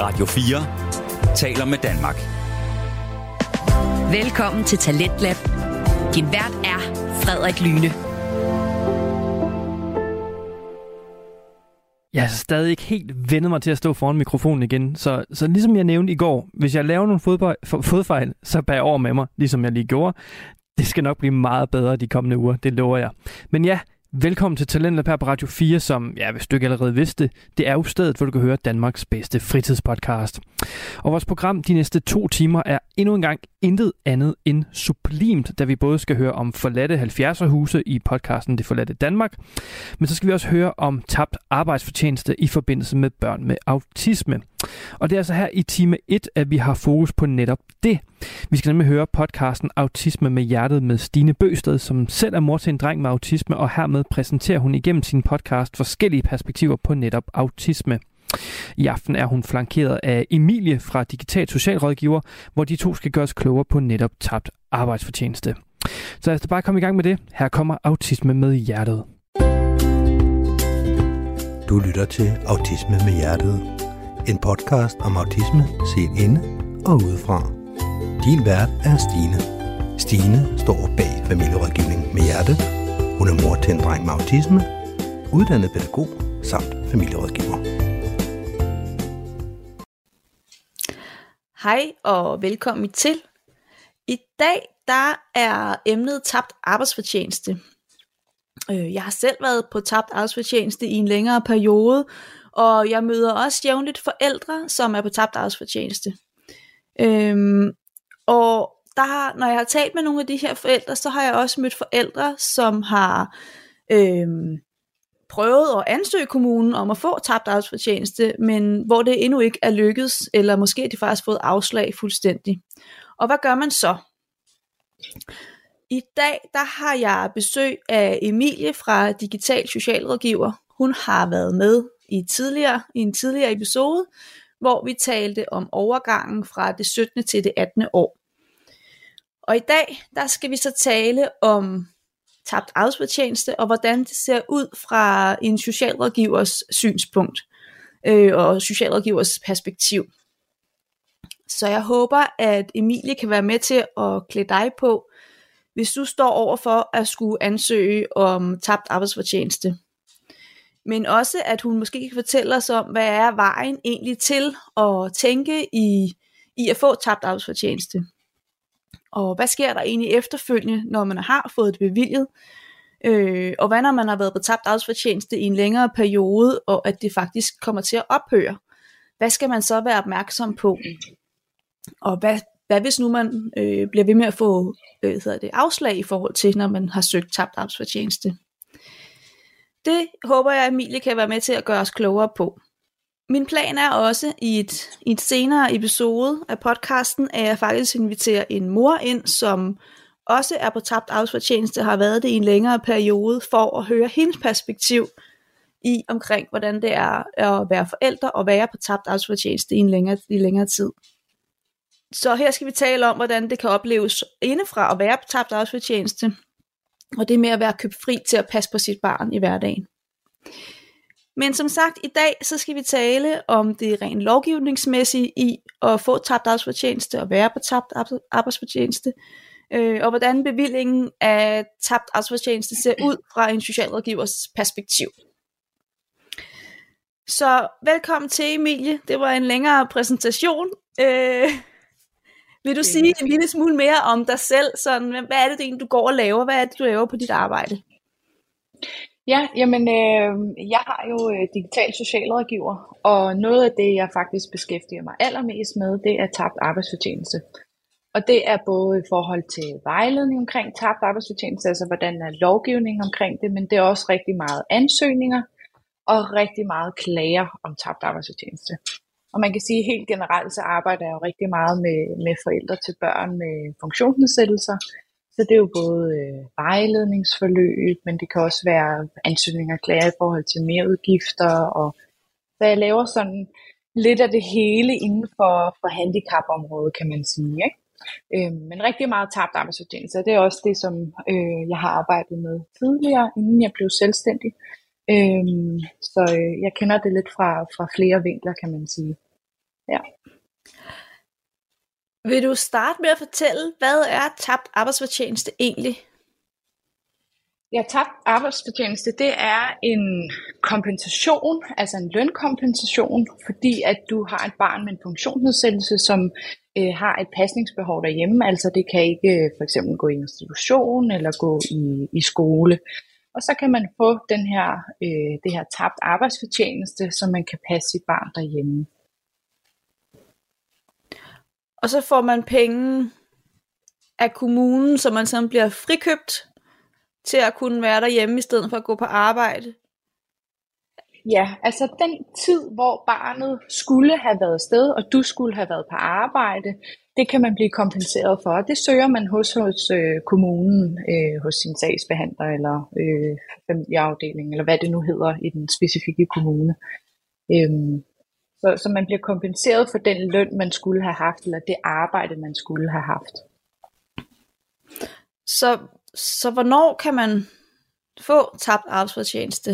Radio 4 taler med Danmark. Velkommen til Talentlab. Din vært er Frederik Lyne. Jeg har stadig ikke helt vendt mig til at stå foran mikrofonen igen, så ligesom jeg nævnte i går, hvis jeg laver nogle fodfejl, så bag over med mig, ligesom jeg lige gjorde. Det skal nok blive meget bedre de kommende uger, det lover jeg. Men ja, velkommen til Talentlab her på Radio 4, som, ja, hvis du ikke allerede vidste, det er jo stedet, hvor du kan høre Danmarks bedste fritidspodcast. Og vores program de næste 2 timer er endnu en gang intet andet end sublimt, da vi både skal høre om forladte 70'er-huse i podcasten Det Forladte Danmark, men så skal vi også høre om tabt arbejdsfortjeneste i forbindelse med børn med autisme. Og det er altså her i time 1, at vi har fokus på netop det. Vi skal nemlig høre podcasten Autisme med Hjertet med Stine Bøgsted, som selv er mor til en dreng med autisme, og hermed præsenterer hun igennem sin podcast forskellige perspektiver på netop autisme. I aften er hun flankeret af Emilie fra Digital Socialrådgiver, hvor de to skal gøres klogere på netop tabt arbejdsfortjeneste. Så lad os bare komme i gang med det. Her kommer Autisme med Hjertet. Du lytter til Autisme med Hjertet. En podcast om autisme set inde og udefra. Din vært er Stine. Stine står bag familierådgivning med hjerte. Hun er mor til en dreng med autisme, uddannet pædagog samt familierådgiver. Hej og velkommen til. I dag der er emnet tabt arbejdsfortjeneste. Jeg har selv været på tabt arbejdsfortjeneste i en længere periode, og jeg møder også jævnligt forældre, som er på tabt arbejdsfortjeneste. Og når jeg har talt med nogle af de her forældre, så har jeg også mødt forældre, som har prøvet at ansøge kommunen om at få tabt arbejdsfortjeneste, men hvor det endnu ikke er lykkedes, eller måske har de faktisk fået afslag fuldstændig. Og hvad gør man så? I dag der har jeg besøg af Emilie fra Digital Socialrådgiver. Hun har været med i en tidligere episode, hvor vi talte om overgangen fra det 17. til det 18. år. Og i dag, der skal vi så tale om tabt arbejdsfortjeneste, og hvordan det ser ud fra en socialrådgivers synspunkt, og socialrådgivers perspektiv. Så jeg håber, at Emilie kan være med til at klæde dig på, hvis du står over for at skulle ansøge om tabt arbejdsfortjeneste. Men også, at hun måske kan fortælle os om, hvad er vejen egentlig til at tænke i at få tabt arbejdsfortjeneste. Og hvad sker der egentlig efterfølgende, når man har fået det bevilget? Og hvad når man har været på tabt arbejdsfortjeneste i en længere periode, og at det faktisk kommer til at ophøre? Hvad skal man så være opmærksom på? Og hvad hvis nu man bliver ved med at få afslag i forhold til, når man har søgt tabt arbejdsfortjeneste? Det håber jeg, at Emilie kan være med til at gøre os klogere på. Min plan er også i et senere episode af podcasten, at jeg faktisk inviterer en mor ind, som også er på tabt arbejdsfortjeneste, har været det i en længere periode, for at høre hendes perspektiv omkring, hvordan det er at være forældre og være på tabt arbejdsfortjeneste i længere tid. Så her skal vi tale om, hvordan det kan opleves indefra at være på tabt arbejdsfortjeneste, og det med at være købt fri til at passe på sit barn i hverdagen. Men som sagt, i dag så skal vi tale om det rent lovgivningsmæssige i at få tabt arbejdsfortjeneste og være på tabt arbejdsfortjeneste, og hvordan bevillingen af tabt arbejdsfortjeneste ser ud fra en socialrådgivers perspektiv. Så velkommen til, Emilie. Det var en længere præsentation. Vil du sige en lille smule mere om dig selv? Sådan, hvad er det egentlig, du går og laver? Hvad er det, du laver på dit arbejde? Ja, jamen jeg har jo digital socialrådgiver, og noget af det, jeg faktisk beskæftiger mig allermest med, det er tabt arbejdsfortjeneste. Og det er både i forhold til vejledning omkring tabt arbejdsfortjeneste, altså hvordan er lovgivningen omkring det, men det er også rigtig meget ansøgninger og rigtig meget klager om tabt arbejdsfortjeneste. Og man kan sige, at helt generelt så arbejder jeg jo rigtig meget med forældre til børn med funktionsnedsættelser. Så det er jo både vejledningsforløb, men det kan også være ansøgninger og klager i forhold til merudgifter. Og så jeg laver sådan lidt af det hele inden for handicapområdet, kan man sige. Ikke? Men rigtig meget tabt arbejdsfortjeneste. Det er også det, som jeg har arbejdet med tidligere, inden jeg blev selvstændig. Så jeg kender det lidt fra flere vinkler, kan man sige. Ja. Vil du starte med at fortælle, hvad er tabt arbejdsfortjeneste egentlig? Ja, tabt arbejdsfortjeneste, det er en kompensation, altså en lønkompensation, fordi at du har et barn med en funktionsnedsættelse, som har et pasningsbehov derhjemme. Altså det kan ikke for eksempel gå i institution eller gå i skole. Og så kan man få det her tabt arbejdsfortjeneste, så man kan passe sit barn derhjemme. Og så får man penge af kommunen, så man sådan bliver frikøbt til at kunne være derhjemme i stedet for at gå på arbejde. Ja, altså den tid, hvor barnet skulle have været afsted, og du skulle have været på arbejde, det kan man blive kompenseret for. Det søger man hos kommunen, hos sin sagsbehandler eller familieafdeling, eller hvad det nu hedder i den specifikke kommune. Så man bliver kompenseret for den løn, man skulle have haft, eller det arbejde, man skulle have haft. Så hvornår kan man få tabt arbejdsfortjeneste?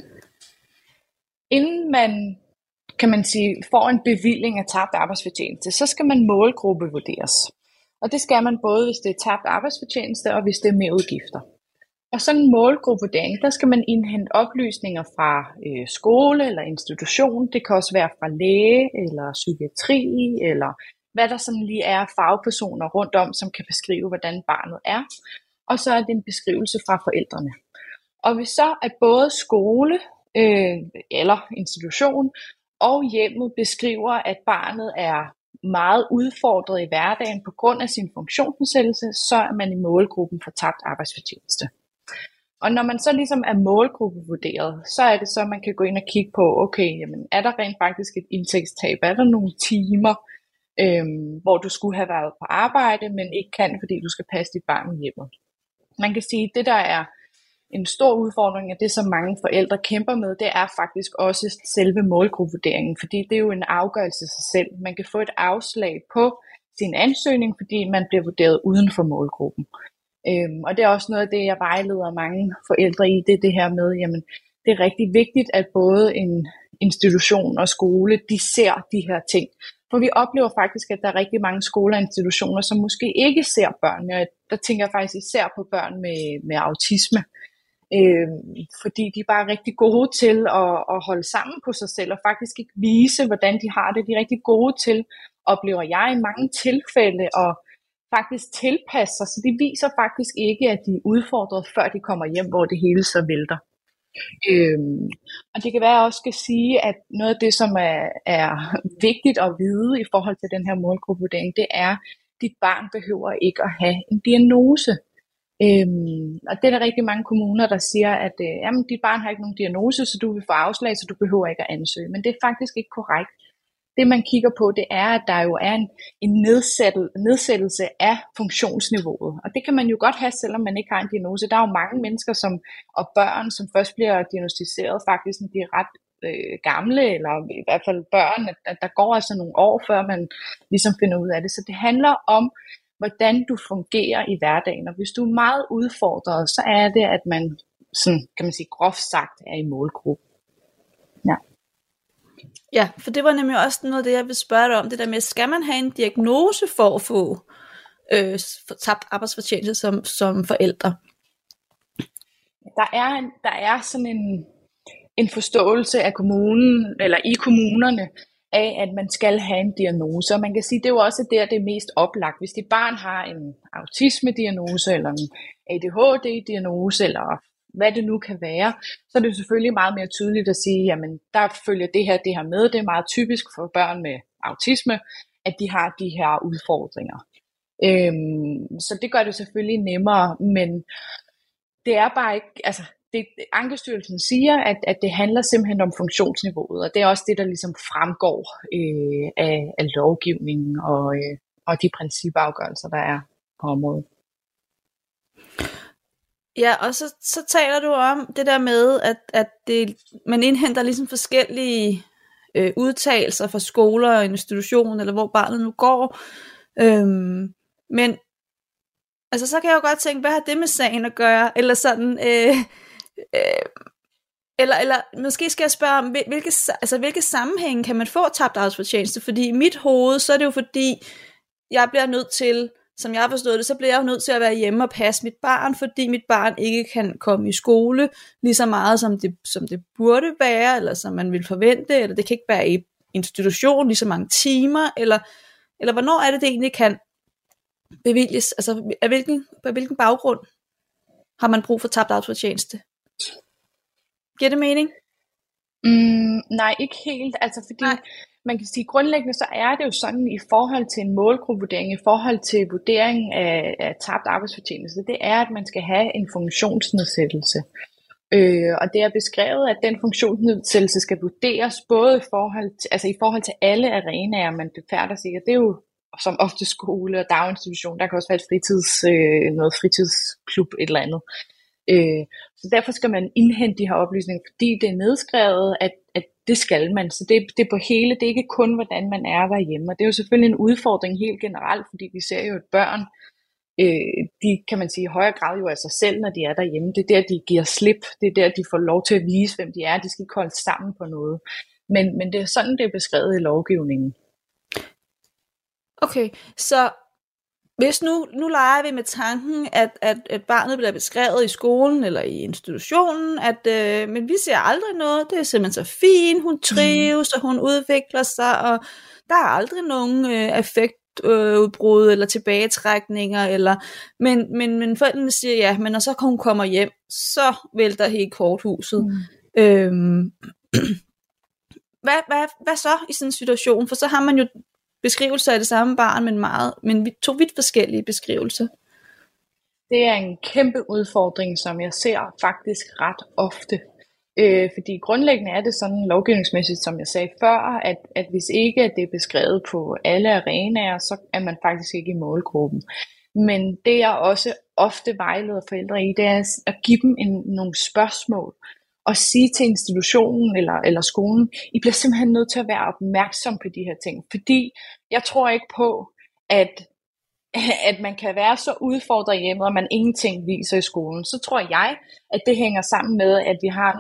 Inden man, kan man sige, får en bevilling af tabt arbejdsfortjeneste, så skal man målgruppevurderes. Og det skal man både, hvis det er tabt arbejdsfortjeneste, og hvis det er merudgifter. Og sådan en målgruppevurdering, der skal man indhente oplysninger fra skole eller institution. Det kan også være fra læge eller psykiatri, eller hvad der sådan lige er fagpersoner rundt om, som kan beskrive, hvordan barnet er. Og så er det en beskrivelse fra forældrene. Og hvis så at både skole eller institution og hjemmet beskriver, at barnet er meget udfordret i hverdagen på grund af sin funktionsnedsættelse, så er man i målgruppen for tabt arbejdsfortjeneste. Og når man så ligesom er målgruppevurderet, så er det så, man kan gå ind og kigge på, okay, jamen, er der rent faktisk et indtægtstab? Er der nogle timer, hvor du skulle have været på arbejde, men ikke kan, fordi du skal passe dit barn i hjemmet? Man kan sige, at det der er en stor udfordring, og det som mange forældre kæmper med, det er faktisk også selve målgruppevurderingen, fordi det er jo en afgørelse i sig selv. Man kan få et afslag på sin ansøgning, fordi man bliver vurderet uden for målgruppen. Og det er også noget af det, jeg vejleder mange forældre i, det er det her med, jamen det er rigtig vigtigt, at både en institution og skole, de ser de her ting. For vi oplever faktisk, at der er rigtig mange skoler og institutioner, som måske ikke ser børnene. Der tænker jeg faktisk især på børn med autisme. Fordi de er bare rigtig gode til at holde sammen på sig selv, og faktisk ikke vise, hvordan de har det. De er rigtig gode til, oplever jeg i mange tilfælde, at faktisk tilpasse sig. Så de viser faktisk ikke, at de er udfordret, før de kommer hjem, hvor det hele så vælter. Og det kan være, at jeg også skal sige, at noget af det, som er vigtigt at vide i forhold til den her målgruppevurdering, det er, at dit barn behøver ikke at have en diagnose. Og det er der rigtig mange kommuner, der siger, at jamen, dit barn har ikke nogen diagnose, så du vil få afslag, så du behøver ikke at ansøge. Men det er faktisk ikke korrekt. Det man kigger på, det er, at der jo er en nedsættelse af funktionsniveauet. Og det kan man jo godt have, selvom man ikke har en diagnose. Der er jo mange mennesker og børn, som først bliver diagnosticeret faktisk, når de er ret gamle, eller i hvert fald børn, at der går altså nogle år, før man ligesom finder ud af det. Så det handler om, hvordan du fungerer i hverdagen. Og hvis du er meget udfordret, så er det, at man, sådan, kan man sige, groft sagt er i målgruppe. Ja. Ja, for det var nemlig også noget af det, jeg vil spørge dig om. Det der med, skal man have en diagnose for at få tabt arbejdsfortjeneste som forældre? Der er sådan en forståelse af kommunen, eller i kommunerne, af, at man skal have en diagnose. Og man kan sige, det er jo også der, det er mest oplagt. Hvis dit barn har en autisme-diagnose, eller en ADHD-diagnose, eller hvad det nu kan være, så er det selvfølgelig meget mere tydeligt at sige, jamen der følger det her med. Det er meget typisk for børn med autisme, at de har de her udfordringer. Så det gør det selvfølgelig nemmere, men det er bare ikke, altså Ankestyrelsen siger, at det handler simpelthen om funktionsniveauet, og det er også det, der ligesom fremgår af lovgivningen og de principafgørelser, der er på området. Ja, og så taler du om det der med, at man indhenter ligesom forskellige udtalelser fra skoler og institutioner, eller hvor barnet nu går. Men altså, så kan jeg jo godt tænke, hvad har det med sagen at gøre? Eller sådan, Eller måske skal jeg spørge om, hvilke sammenhænge kan man få tabt arbejdsfortjeneste? Fordi i mit hoved, så er det jo fordi, jeg bliver nødt til, som jeg har forstået det, så bliver jeg jo nødt til at være hjemme og passe mit barn, fordi mit barn ikke kan komme i skole lige så meget, som det burde være, eller som man vil forvente, eller det kan ikke være i institution lige så mange timer, eller hvornår er det egentlig kan bevilges? Altså, på hvilken baggrund har man brug for tabt arbejdsfortjeneste? Giver det mening? Nej, ikke helt. Altså fordi man kan sige, grundlæggende så er det jo sådan i forhold til en målgruppevurdering, i forhold til vurderingen af tabt arbejdsfortjeneste, det er, at man skal have en funktionsnedsættelse. Og det er beskrevet, at den funktionsnedsættelse skal vurderes både i forhold til alle arenaer, man befærder sig i. Og det er jo som ofte skole og daginstitution, der kan også være et noget fritidsklub, et eller andet. Så derfor skal man indhente de her oplysninger, fordi det er nedskrevet, at det skal man. Så det er på hele, det er ikke kun, hvordan man er derhjemme. Og det er jo selvfølgelig en udfordring helt generelt, fordi vi ser jo, at børn, de kan man sige i højere grad jo af sig selv, når de er derhjemme. Det er der, de giver slip. Det er der, de får lov til at vise, hvem de er. De skal ikke holde sammen på noget. Men det er sådan, det er beskrevet i lovgivningen. Okay, så hvis nu leger vi med tanken, at barnet bliver beskrevet i skolen eller i institutionen, men vi ser aldrig noget, det er simpelthen så fint, hun trives, og hun udvikler sig, og der er aldrig nogen affektudbrud eller tilbagetrækninger, men forældrene siger ja, men når så hun kommer hjem, så vælter helt korthuset. Hvad så i sådan en situation? For så har man jo beskrivelser af det samme barn, men to vidt forskellige beskrivelser. Det er en kæmpe udfordring, som jeg ser faktisk ret ofte. Fordi grundlæggende er det sådan lovgivningsmæssigt, som jeg sagde før, at hvis ikke det er beskrevet på alle arenaer, så er man faktisk ikke i målgruppen. Men det jeg også ofte vejleder forældre i, det er at give dem nogle spørgsmål, og sige til institutionen eller skolen, I bliver simpelthen nødt til at være opmærksom på de her ting. Fordi jeg tror ikke på, at man kan være så udfordret hjemme, og man ingenting viser i skolen. Så tror jeg, at det hænger sammen med, at vi har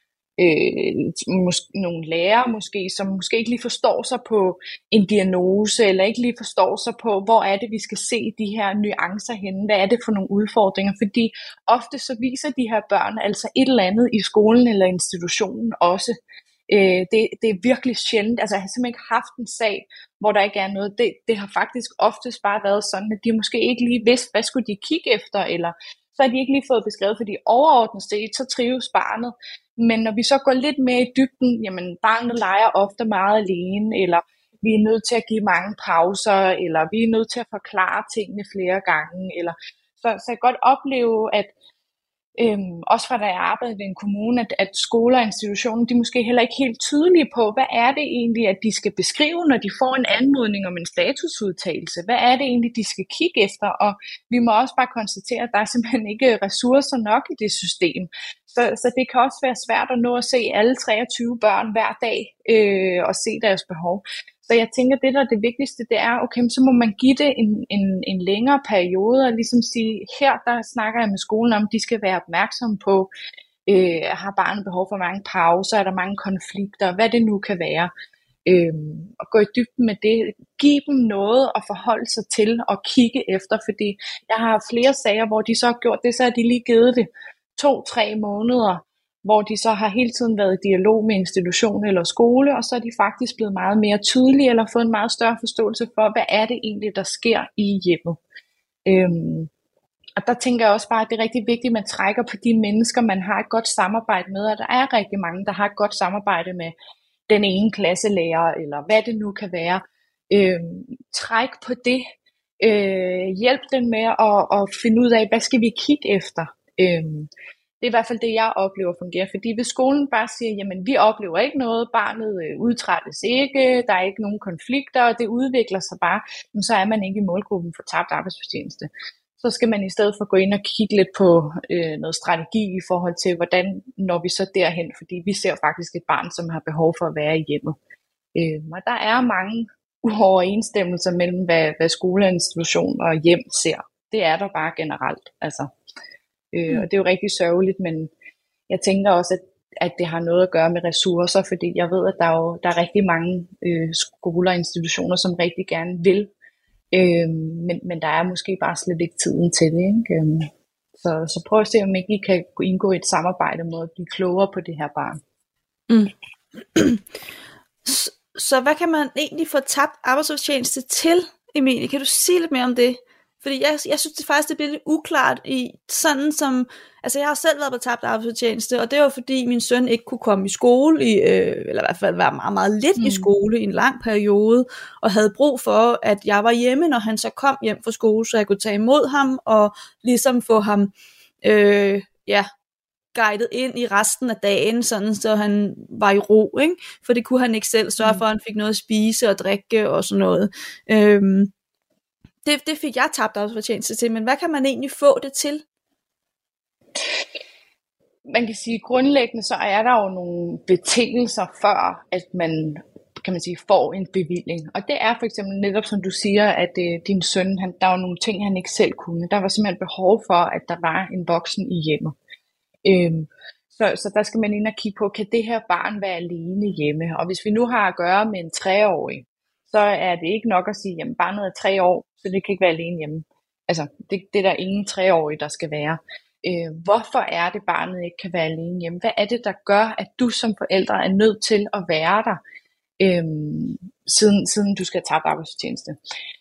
nogle lærere måske, som måske ikke lige forstår sig på en diagnose, eller ikke lige forstår sig på, hvor er det, vi skal se de her nuancer henne, hvad er det for nogle udfordringer, fordi ofte så viser de her børn altså et eller andet i skolen eller institutionen også. Det er virkelig sjældent, altså jeg har simpelthen ikke haft en sag, hvor der ikke er noget, det har faktisk oftest bare været sådan, at de måske ikke lige vidste, hvad skulle de kigge efter, eller så har de ikke lige fået beskrevet, fordi overordnet set, så trives barnet. Men når vi så går lidt mere i dybden, jamen barnet leger ofte meget alene, eller vi er nødt til at give mange pauser, eller vi er nødt til at forklare tingene flere gange. Så jeg kan godt opleve, at også fra da jeg arbejdede i en kommune, at skoler og institutioner, de er måske heller ikke helt tydelige på, hvad er det egentlig, at de skal beskrive, når de får en anmodning om en statusudtalelse. Hvad er det egentlig, de skal kigge efter? Og vi må også bare konstatere, at der er simpelthen ikke ressourcer nok i det system. Så det kan også være svært at nå at se alle 23 børn hver dag og se deres behov. Så jeg tænker, det der er det vigtigste, det er, okay, så må man give det en længere periode, og ligesom sige, her der snakker jeg med skolen om, de skal være opmærksomme på, har barnet behov for mange pauser, er der mange konflikter, hvad det nu kan være. Og gå i dybden med det, give dem noget at forholde sig til og kigge efter, fordi jeg har flere sager, hvor de så har gjort det, så har de lige givet det 2-3 måneder, hvor de så har hele tiden været i dialog med institution eller skole, og så er de faktisk blevet meget mere tydelige, eller fået en meget større forståelse for, hvad er det egentlig, der sker i hjemmet. Og der tænker jeg også bare, at det er rigtig vigtigt, at man trækker på de mennesker, man har et godt samarbejde med, og der er rigtig mange, der har et godt samarbejde med den ene klasselærer, eller hvad det nu kan være. Træk på det. Hjælp dem med at finde ud af, hvad skal vi kigge efter. Det er i hvert fald det, jeg oplever fungerer, fordi hvis skolen bare siger, jamen vi oplever ikke noget, barnet udtrættes ikke, der er ikke nogen konflikter, og det udvikler sig bare, så er man ikke i målgruppen for tabt arbejdsfortjeneste. Så skal man i stedet for gå ind og kigge lidt på noget strategi i forhold til, hvordan når vi så derhen, fordi vi ser faktisk et barn, som har behov for at være i hjemmet. Og der er mange uoverensstemmelser mellem, hvad skole, institution og hjem ser. Det er der bare generelt, altså. Og det er jo rigtig sørgeligt, men jeg tænker også, at at det har noget at gøre med ressourcer, fordi jeg ved, at der er rigtig mange skoler og institutioner, som rigtig gerne vil, men der er måske bare slet ikke tiden til det, ikke? Så prøv at se, om ikke I kan indgå i et samarbejde med at blive klogere på det her barn. Mm. Så hvad kan man egentlig få tabt arbejdsfortjeneste til, Emilie? Kan du sige lidt mere om det? Fordi jeg synes det faktisk, det bliver lidt uklart i sådan som, altså jeg har selv været på tabt arbejdsfortjeneste, og det var fordi min søn ikke kunne komme i skole, eller i hvert fald være meget, meget lidt i skole i en lang periode, og havde brug for, at jeg var hjemme, når han så kom hjem fra skole, så jeg kunne tage imod ham, og ligesom få ham, guidet ind i resten af dagen, sådan så han var i ro, ikke? For det kunne han ikke selv sørge for, at han fik noget at spise og drikke og sådan noget. Det fik jeg tabt arbejdsfortjeneste til, men hvad kan man egentlig få det til? Man kan sige, grundlæggende så er der jo nogle betingelser før, at man, kan man sige, får en bevilling. Og det er for eksempel netop, som du siger, at din søn, der var nogle ting, han ikke selv kunne. Der var simpelthen behov for, at der var en voksen i hjemmet. Så der skal man ind og kigge på, kan det her barn være alene hjemme? Og hvis vi nu har at gøre med en 3-årig, så er det ikke nok at sige, jamen barnet er 3 år, så det kan ikke være alene hjemme. Altså, det er der ingen 3-årige, der skal være. Hvorfor er det, barnet ikke kan være alene hjemme? Hvad er det, der gør, at du som forældre er nødt til at være der, siden du skal tabe arbejdsfortjeneste?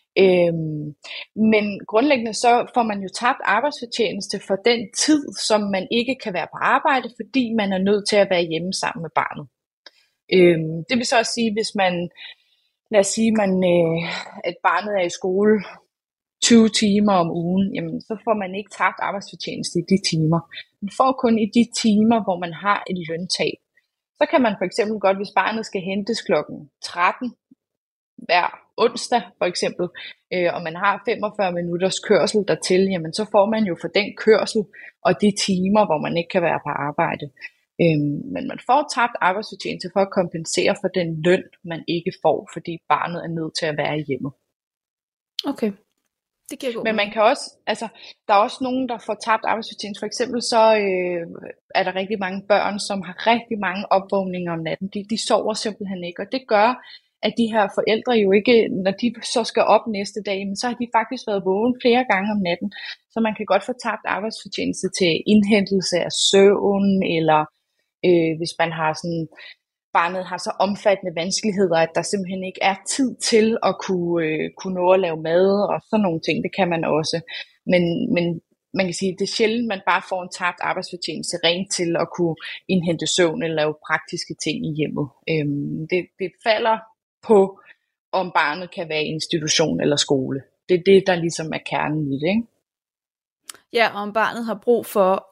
Men grundlæggende så får man jo tabt arbejdsfortjeneste for den tid, som man ikke kan være på arbejde, fordi man er nødt til at være hjemme sammen med barnet. Det vil så også sige, hvis man, lad os sige, at barnet er i skole 20 timer om ugen, jamen, så får man ikke tabt arbejdsfortjeneste i de timer. Man får kun i de timer, hvor man har et løntab. Så kan man for eksempel godt, hvis barnet skal hentes klokken 13 hver onsdag for eksempel, og man har 45 minutters kørsel dertil, jamen så får man jo for den kørsel og de timer, hvor man ikke kan være på arbejde. Men man får tabt arbejdsfortjeneste for at kompensere for den løn, man ikke får, fordi barnet er nødt til at være hjemme. Okay. Det giver god. Men man kan også, altså der er også nogen, der får tabt arbejdsfortjeneste. For eksempel så er der rigtig mange børn, som har rigtig mange opvågninger om natten. De sover simpelthen ikke, og det gør, at de her forældre jo ikke, når de så skal op næste dag, men så har de faktisk været vågen flere gange om natten. Så man kan godt få tabt arbejdsfortjeneste til indhentelse af søvn, eller hvis man har sådan, barnet har så omfattende vanskeligheder, at der simpelthen ikke er tid til at kunne nå at lave mad, og sådan nogle ting, det kan man også. Men man kan sige, at det er sjældent, man bare får en tabt arbejdsfortjeneste rent til at kunne indhente søvn eller lave praktiske ting i hjemmet. Det falder på, om barnet kan være i institution eller skole. Det er det, der ligesom er kernen i det, ikke? Ja, og om barnet har brug for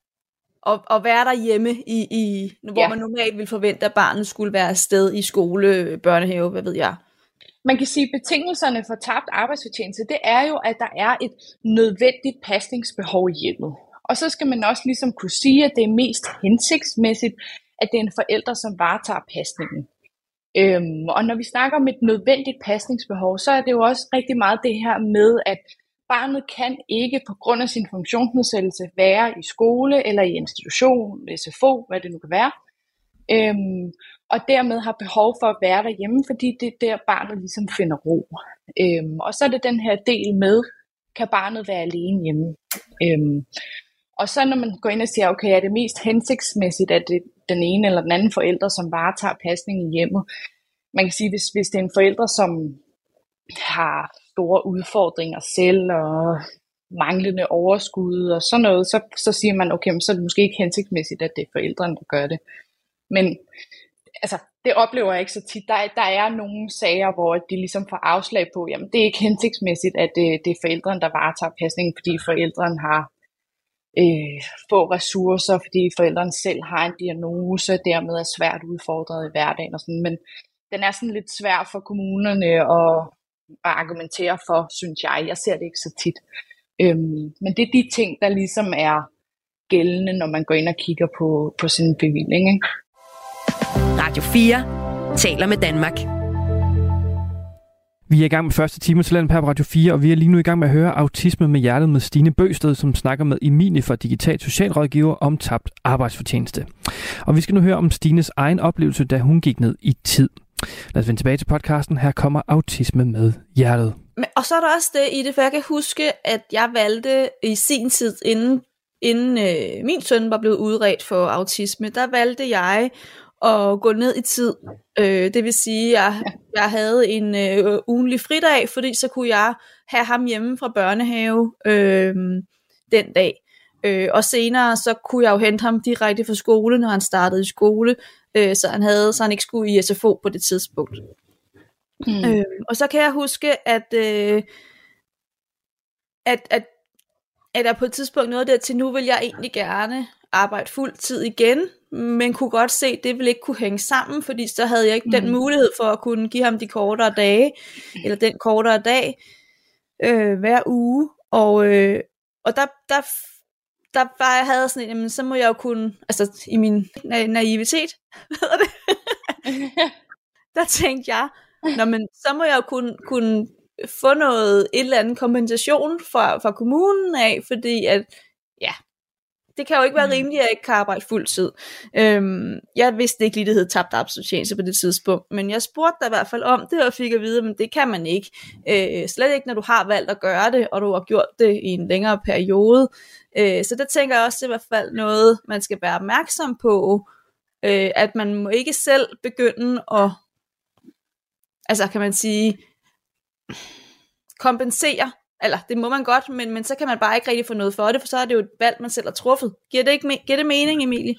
at være derhjemme, hvor man normalt ville forvente, at barnet skulle være afsted i skole, børnehave, hvad ved jeg. Man kan sige, at betingelserne for tabt arbejdsfortjeneste, det er jo, at der er et nødvendigt pasningsbehov i hjemmet. Og så skal man også ligesom kunne sige, at det er mest hensigtsmæssigt, at det er en forælder, som varetager pasningen. Og når vi snakker om et nødvendigt pasningsbehov, så er det jo også rigtig meget det her med, at barnet kan ikke på grund af sin funktionsnedsættelse være i skole eller i institution, SFO, hvad det nu kan være. Og dermed har behov for at være derhjemme, fordi det er der barnet ligesom finder ro. Og så er det den her del med, kan barnet være alene hjemme. Og så når man går ind og siger, okay, er det mest hensigtsmæssigt, at det er den ene eller den anden forælder, som varetager pasningen i hjemmet. Man kan sige, hvis det er en forælder, som har store udfordringer selv og manglende overskud og sådan noget, så siger man, okay, så er det måske ikke hensigtsmæssigt, at det er forældrene, der gør det. Men altså, det oplever jeg ikke så tit. Der er nogle sager, hvor de ligesom får afslag på, jamen det er ikke hensigtsmæssigt, at det er forældrene, der varetager pasningen, fordi forældrene har få ressourcer, fordi forældrene selv har en diagnose, dermed er svært udfordret i hverdagen og sådan. Men den er sådan lidt svær for kommunerne at argumentere for, synes jeg. Jeg ser det ikke så tit. Men det er de ting, der ligesom er gældende, når man går ind og kigger på sådan en bevilling, ikke? Radio 4 taler med Danmark. Vi er i gang med første time til Landet på Radio 4, og vi er lige nu i gang med at høre Autisme med hjertet med Stine Bøgsted, som snakker med Emilie fra Digital Socialrådgiver om tabt arbejdsfortjeneste. Og vi skal nu høre om Stines egen oplevelse, da hun gik ned i tid. Lad os vende tilbage til podcasten. Her kommer Autisme med hjertet. Og så er der også det i det, for jeg kan huske, at jeg valgte i sin tid, inden min søn var blevet udredt for autisme, der valgte jeg at gå ned i tid. Det vil sige, at jeg havde en ugenlig fridag, fordi så kunne jeg have ham hjemme fra børnehave den dag. Og senere så kunne jeg jo hente ham direkte fra skole, når han startede i skole, så han ikke skulle i SFO på det tidspunkt. Og så kan jeg huske, at jeg på et tidspunkt nåede dertil, nu vil jeg egentlig gerne arbejde fuld tid igen, men kunne godt se, at det ville ikke kunne hænge sammen, fordi så havde jeg ikke den mulighed for at kunne give ham de kortere dage, eller den kortere dag hver uge. Og der var jeg havde sådan en, jamen, så må jeg jo kunne, altså i min naivitet, der tænkte jeg, men så må jeg jo kunne få et eller andet kompensation fra kommunen af, fordi at, ja, det kan jo ikke være rimeligt, at jeg ikke kan arbejde fuld tid. Jeg vidste ikke lige, det hed tabt arbejdsfortjeneste på det tidspunkt, men jeg spurgte der i hvert fald om det, og fik at vide, at det kan man ikke. Slet ikke, når du har valgt at gøre det, og du har gjort det i en længere periode. Så der tænker jeg også, det er i hvert fald noget, man skal være opmærksom på, at man må ikke selv begynde at, altså kan man sige, kompensere. Eller det må man godt, men så kan man bare ikke rigtig få noget for det, for så er det jo et valg, man selv har truffet. Giver det mening, Emilie?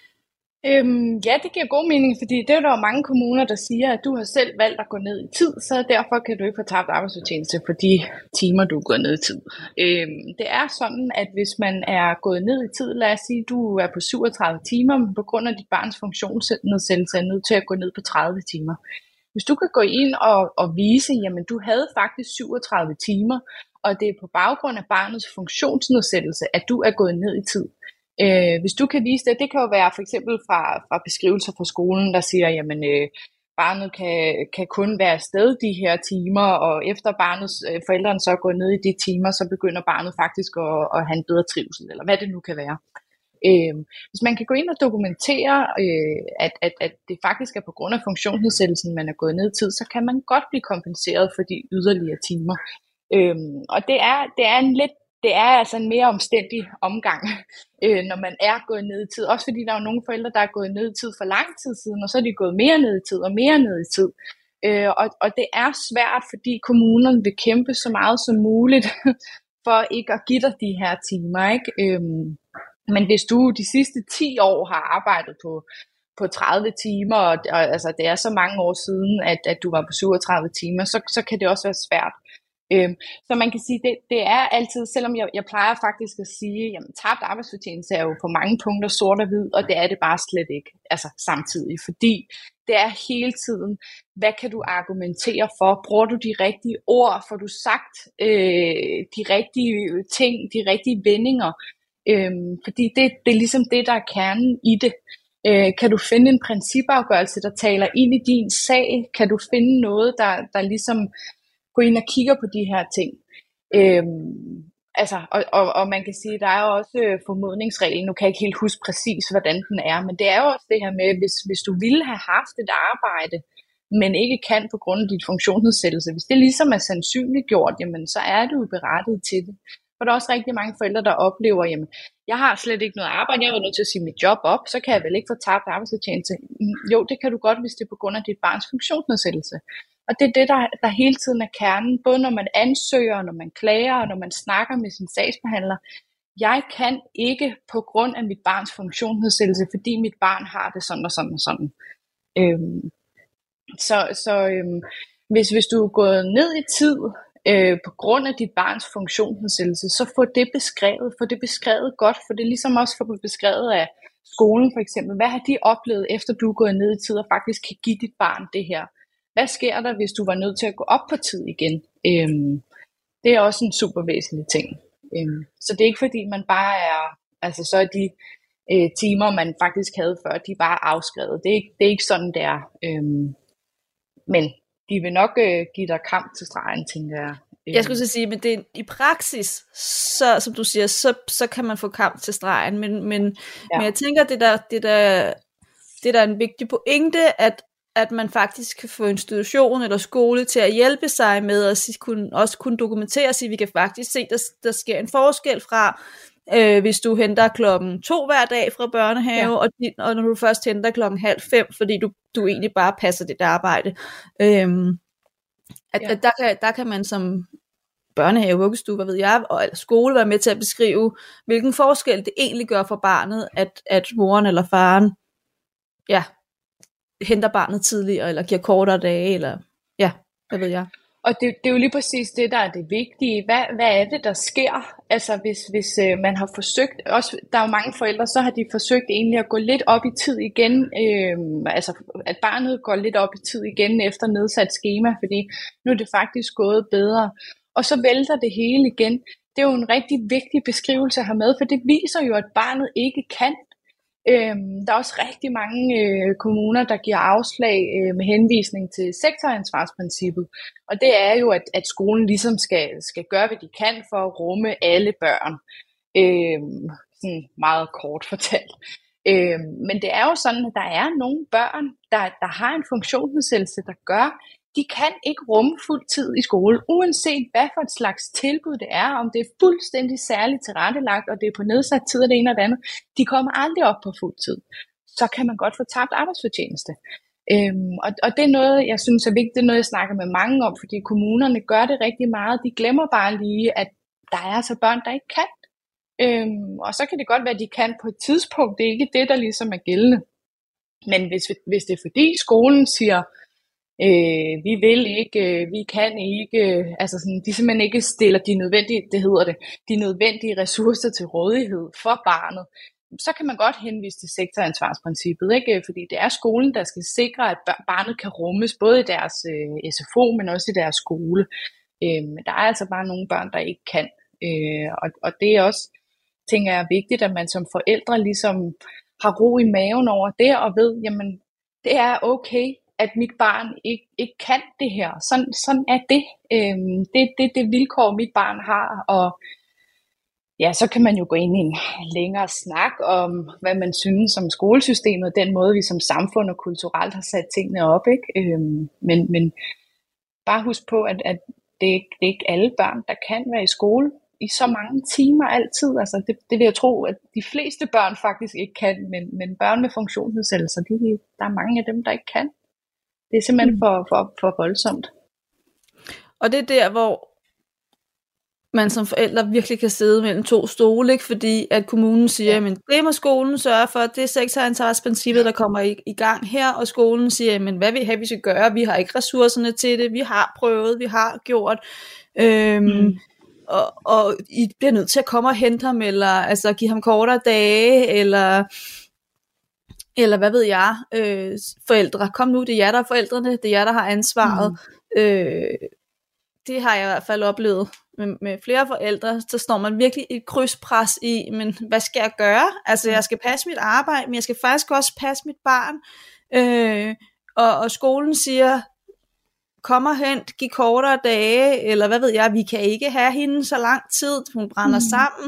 Ja, det giver god mening, fordi det er der jo mange kommuner, der siger, at du har selv valgt at gå ned i tid, så derfor kan du ikke få tabt arbejdsfortjeneste for de timer, du er gået ned i tid. Det er sådan, at hvis man er gået ned i tid, lad os sige, du er på 37 timer, men på grund af dit barns funktionsnedsættelse er nødt til at gå ned på 30 timer. Hvis du kan gå ind og vise, jamen du havde faktisk 37 timer, og det er på baggrund af barnets funktionsnedsættelse, at du er gået ned i tid. Hvis du kan vise det, det kan jo være for eksempel fra beskrivelser fra skolen, der siger, jamen barnet kan kun være afsted de her timer, og efter forældrene så er gået ned i de timer, så begynder barnet faktisk at have en bedre trivsel, eller hvad det nu kan være. Hvis man kan gå ind og dokumentere, at det faktisk er på grund af funktionsnedsættelsen, man er gået ned i tid, så kan man godt blive kompenseret for de yderligere timer. Og det er altså en mere omstændig omgang, når man er gået ned i tid. Også fordi der er jo nogle forældre, der er gået ned i tid for lang tid siden, og så er de gået mere ned i tid og mere ned i tid. Og det er svært, fordi kommunerne vil kæmpe så meget som muligt for ikke at give dig de her timer, ikke? Men hvis du de sidste 10 år har arbejdet på 30 timer, og altså det er så mange år siden, at du var på 37 timer, så kan det også være svært. Så man kan sige, det er altid, selvom jeg plejer faktisk at sige, jamen tabt arbejdsfortjeneste er jo på mange punkter sort og hvid, og det er det bare slet ikke, altså samtidig, fordi det er hele tiden, hvad kan du argumentere for? Bruger du de rigtige ord? Får du sagt de rigtige ting, de rigtige vendinger? Fordi det er ligesom det, der er kernen i det. Kan du finde en principafgørelse, der taler ind i din sag? Kan du finde noget, der ligesom går ind og kigger på de her ting? Og man kan sige, der er jo også formodningsreglen. Nu kan jeg ikke helt huske præcis, hvordan den er, men det er jo også det her med, hvis du ville have haft et arbejde, men ikke kan på grund af dit funktionsnedsættelse, hvis det ligesom er sandsynliggjort, jamen så er du jo berettiget til det. For der er også rigtig mange forældre, der oplever, jamen, jeg har slet ikke noget arbejde, jeg er nødt til at sige mit job op, så kan jeg vel ikke få tabt arbejdsfortjeneste. Jo, det kan du godt, hvis det er på grund af dit barns funktionsnedsættelse. Og det er det, der hele tiden er kernen, både når man ansøger, når man klager, og når man snakker med sin sagsbehandler. Jeg kan ikke på grund af mit barns funktionsnedsættelse, fordi mit barn har det sådan og sådan og sådan. Hvis du er gået ned i tid, på grund af dit barns funktionsnedsættelse, så få det beskrevet godt, for det er ligesom også få beskrevet af skolen for eksempel. Hvad har de oplevet, efter du er gået ned i tid og faktisk kan give dit barn det her? Hvad sker der, hvis du var nødt til at gå op på tid igen? Det er også en super væsentlig ting. Så det er ikke fordi, man bare er, altså så er de timer, man faktisk havde før, de er bare afskrevet. Det er ikke sådan, det er. Men de vil nok give dig kamp til stregen, tænker jeg. Jeg skulle så sige, men det er, i praksis, så, som du siger, så kan man få kamp til stregen, men jeg tænker, det der er en vigtig pointe, at man faktisk kan få institution eller skole til at hjælpe sig med at også kunne dokumentere sig. Vi kan faktisk se, der sker en forskel fra, hvis du henter 2:00 hver dag fra børnehave, og når du først henter 4:30, fordi du egentlig bare passer dit arbejde. Der kan man som børnehave, vuggestue, hvad ved jeg, eller skole være med til at beskrive, hvilken forskel det egentlig gør for barnet, at moren eller faren henter barnet tidligere, eller giver kortere dage, eller hvad ved jeg. Og det er jo lige præcis det, der er det vigtige. Hvad er det, der sker? Altså hvis man har forsøgt, også der er jo mange forældre, så har de forsøgt egentlig at gå lidt op i tid igen, altså at barnet går lidt op i tid igen efter nedsat skema, fordi nu er det faktisk gået bedre. Og så vælter det hele igen. Det er jo en rigtig vigtig beskrivelse at have med, for det viser jo, at barnet ikke kan. Der er også rigtig mange kommuner, der giver afslag med henvisning til sektoransvarsprincippet. Og det er jo, at skolen ligesom skal gøre, hvad de kan for at rumme alle børn. Sådan meget kort fortalt. Men det er jo sådan, at der er nogle børn, der har en funktionsnedsættelse, der gør, de kan ikke rumme fuld tid i skole, uanset hvad for et slags tilbud det er, om det er fuldstændig særligt tilrettelagt, og det er på nedsat tid og det ene og det andet. De kommer aldrig op på fuld tid. Så kan man godt få tabt arbejdsfortjeneste. Og det er noget, jeg synes er vigtigt, det er noget, jeg snakker med mange om, fordi kommunerne gør det rigtig meget. De glemmer bare lige, at der er altså børn, der ikke kan. Og så kan det godt være, at de kan på et tidspunkt. Det er ikke det, der ligesom er gældende. Men hvis det er fordi skolen siger, vi vil ikke, vi kan ikke, altså sådan, de simpelthen ikke stiller de nødvendige ressourcer til rådighed for barnet, så kan man godt henvise til sektoransvarsprincippet, ikke? Fordi det er skolen, der skal sikre, at barnet kan rummes både i deres SFO, men også i deres skole. Men der er altså bare nogle børn, der ikke kan. Og det er også, tænker jeg, er vigtigt, at man som forældre ligesom har ro i maven over det, og ved, jamen, det er okay, at mit barn ikke kan det her. Sådan er det. Det er det vilkår, mit barn har. Og ja, så kan man jo gå ind i en længere snak om, hvad man synes om skolesystemet, den måde, vi som samfund og kulturelt har sat tingene op. Ikke? Men bare husk på, at det er ikke alle børn, der kan være i skole i så mange timer altid. Altså det vil jeg tro, at de fleste børn faktisk ikke kan, men børn med funktionsnedsættelser, der er mange af dem, der ikke kan. Det er simpelthen for voldsomt. Og det er der, hvor man som forældre virkelig kan sidde mellem to stole, ikke? Fordi at kommunen siger, men det må skolen sørge for, det er sektoransvarsprincippet, der kommer i gang her, og skolen siger, men hvad vil vi skal gøre? Vi har ikke ressourcerne til det, vi har prøvet, vi har gjort, og I bliver nødt til at komme og hente ham, eller altså give ham kortere dage, eller hvad ved jeg, forældre, kom nu, det er jer, der er forældrene, det er jer, der har ansvaret. Det har jeg i hvert fald oplevet med flere forældre, så står man virkelig i et krydspres i, men hvad skal jeg gøre? Altså jeg skal passe mit arbejde, men jeg skal faktisk også passe mit barn, og skolen siger, kom og hent, giv kortere dage, eller hvad ved jeg, vi kan ikke have hende så lang tid, hun brænder sammen,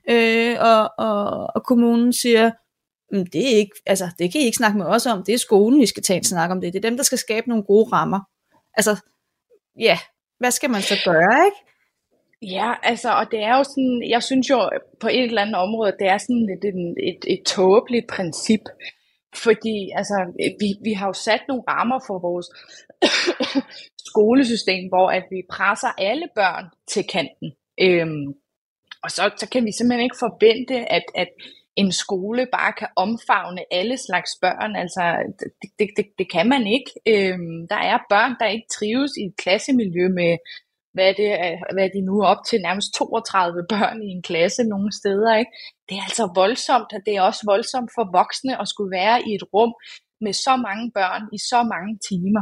og kommunen siger, det er ikke, altså det kan I ikke snakke med os om, det er skolen, vi skal tage en snak om det, det er dem, der skal skabe nogle gode rammer. Altså, ja, hvad skal man så gøre, ikke? Ja, altså, og det er jo sådan, jeg synes jo på et eller andet område, det er sådan lidt et tåbeligt princip, fordi altså, vi har jo sat nogle rammer for vores skolesystem, hvor at vi presser alle børn til kanten, og så kan vi simpelthen ikke forvente, at en skole bare kan omfavne alle slags børn, altså det kan man ikke. Der er børn, der ikke trives i et klassemiljø med, hvad er de nu op til, nærmest 32 børn i en klasse nogle steder, ikke? Det er altså voldsomt, og det er også voldsomt for voksne at skulle være i et rum med så mange børn i så mange timer.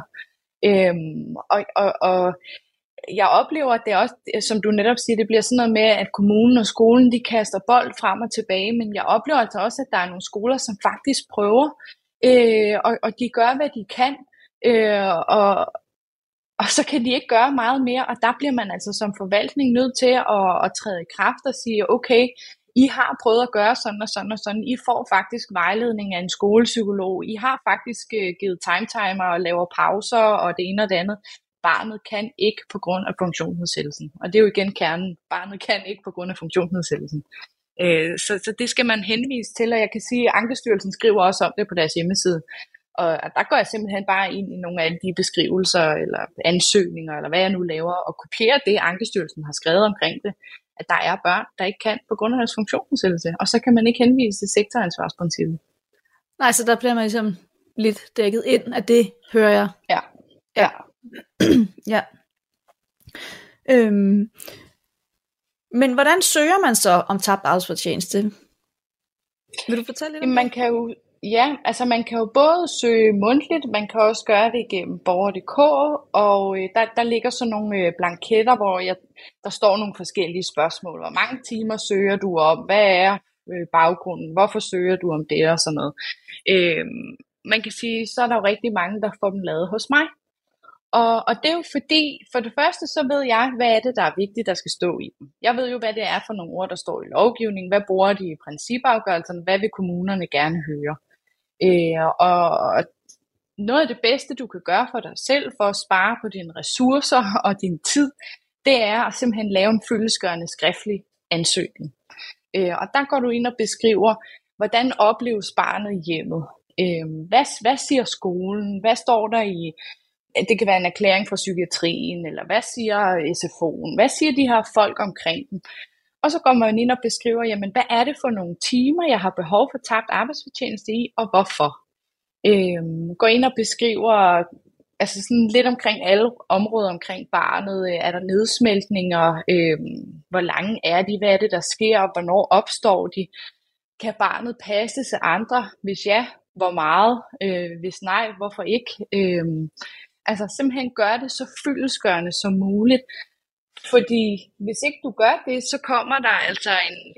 Og jeg oplever, at det også, som du netop siger, det bliver sådan noget med, at kommunen og skolen, de kaster bold frem og tilbage, men jeg oplever altså også, at der er nogle skoler, som faktisk prøver, og de gør, hvad de kan, Og så kan de ikke gøre meget mere, og der bliver man altså som forvaltning nødt til at træde i kraft og sige, okay, I har prøvet at gøre sådan og sådan og sådan. I får faktisk vejledning af en skolepsykolog. I har faktisk givet timetimer og laver pauser og det ene og det andet. Barnet kan ikke på grund af funktionsnedsættelsen. Og det er jo igen kernen. Barnet kan ikke på grund af funktionsnedsættelsen. Så det skal man henvise til, og jeg kan sige, at Ankestyrelsen skriver også om det på deres hjemmeside. Og der går jeg simpelthen bare ind i nogle af de beskrivelser eller ansøgninger, eller hvad jeg nu laver, og kopierer det, Ankestyrelsen har skrevet omkring det, at der er børn, der ikke kan på grund af deres funktionsnedsættelse, og så kan man ikke henvise til sektoransvarsprincippet. Nej, så der bliver man ligesom lidt dækket ind af det, hører jeg. Ja. Ja. Men hvordan søger man så om tabt arbejdsfortjeneste? Vil du fortælle lidt om det? Man kan jo både søge mundtligt, man kan også gøre det igennem borger.dk, og der ligger sådan nogle blanketter, hvor der står nogle forskellige spørgsmål. Hvor mange timer søger du om? Hvad er baggrunden? Hvorfor søger du om det og sådan noget? Man kan sige, så er der jo rigtig mange, der får dem lavet hos mig. Og det er jo fordi, for det første så ved jeg, hvad er det, der er vigtigt, der skal stå i dem. Jeg ved jo, hvad det er for nogle ord, der står i lovgivningen. Hvad bruger de i principafgørelserne? Hvad vil kommunerne gerne høre? Og noget af det bedste, du kan gøre for dig selv, for at spare på dine ressourcer og din tid, det er at simpelthen lave en fyldestgørende skriftlig ansøgning. Og der går du ind og beskriver, hvordan opleves barnet i hjemmet? Hvad siger skolen? Hvad står der i... Det kan være en erklæring fra psykiatrien, eller hvad siger SFO'en? Hvad siger de her folk omkring dem? Og så går man ind og beskriver, jamen, hvad er det for nogle timer, jeg har behov for tabt arbejdsfortjeneste i, og hvorfor? Går ind og beskriver altså sådan lidt omkring alle områder omkring barnet. Er der nedsmeltninger? Hvor lange er de? Hvad er det, der sker? Hvornår opstår de? Kan barnet passe til andre? Hvis ja, hvor meget? Hvis nej, hvorfor ikke? Altså simpelthen gør det så fyldestgørende som muligt. Fordi hvis ikke du gør det, så kommer der altså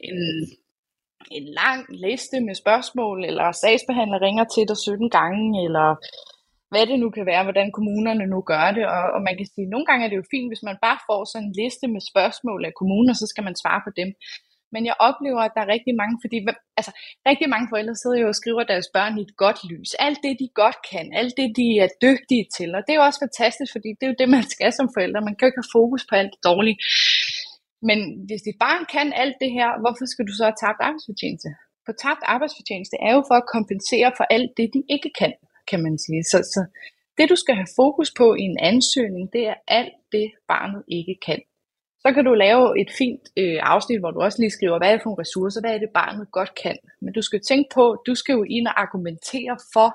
en lang liste med spørgsmål, eller sagsbehandler ringer til dig 17 gange, eller hvad det nu kan være, hvordan kommunerne nu gør det. Og man kan sige, at nogle gange er det jo fint, hvis man bare får sådan en liste med spørgsmål af kommuner, så skal man svare på dem. Men jeg oplever, at der er rigtig mange, rigtig mange forældre sidder jo og skriver deres børn i et godt lys. Alt det, de godt kan, alt det, de er dygtige til. Og det er jo også fantastisk, fordi det er jo det, man skal som forældre. Man kan jo ikke have fokus på alt det dårlige. Men hvis dit barn kan alt det her, hvorfor skal du så have tabt arbejdsfortjeneste? For tabt arbejdsfortjeneste er jo for at kompensere for alt det, de ikke kan man sige. Så det, du skal have fokus på i en ansøgning, det er alt det, barnet ikke kan. Så kan du lave et fint afsnit, hvor du også lige skriver, hvad er det for nogle ressourcer, hvad er det barnet godt kan. Men du skal tænke på, du skal jo ind og argumentere for,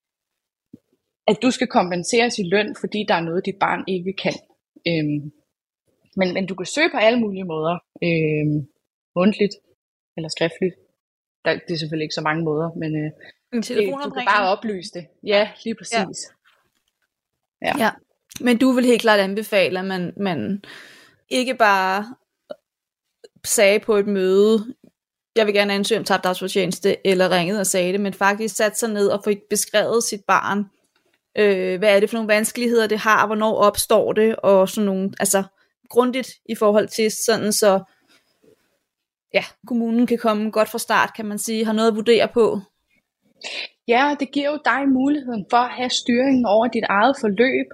at du skal kompenseres i løn, fordi der er noget, dit barn ikke kan. Men du kan søge på alle mulige måder. Mundtligt eller skriftligt. Det er selvfølgelig ikke så mange måder, men du kan bare oplyse det. Ja, lige præcis. Ja. Men du vil helt klart anbefale, at man ikke bare sagde på et møde, jeg vil gerne ansøge om tabt arbejdsfortjeneste, eller ringede og sagde det, men faktisk satte sig ned og fik beskrevet sit barn. Hvad er det for nogle vanskeligheder, det har, hvornår opstår det, og sådan nogle, altså grundigt i forhold til sådan, så ja, kommunen kan komme godt fra start, kan man sige, har noget at vurdere på. Ja, det giver jo dig muligheden for at have styringen over dit eget forløb.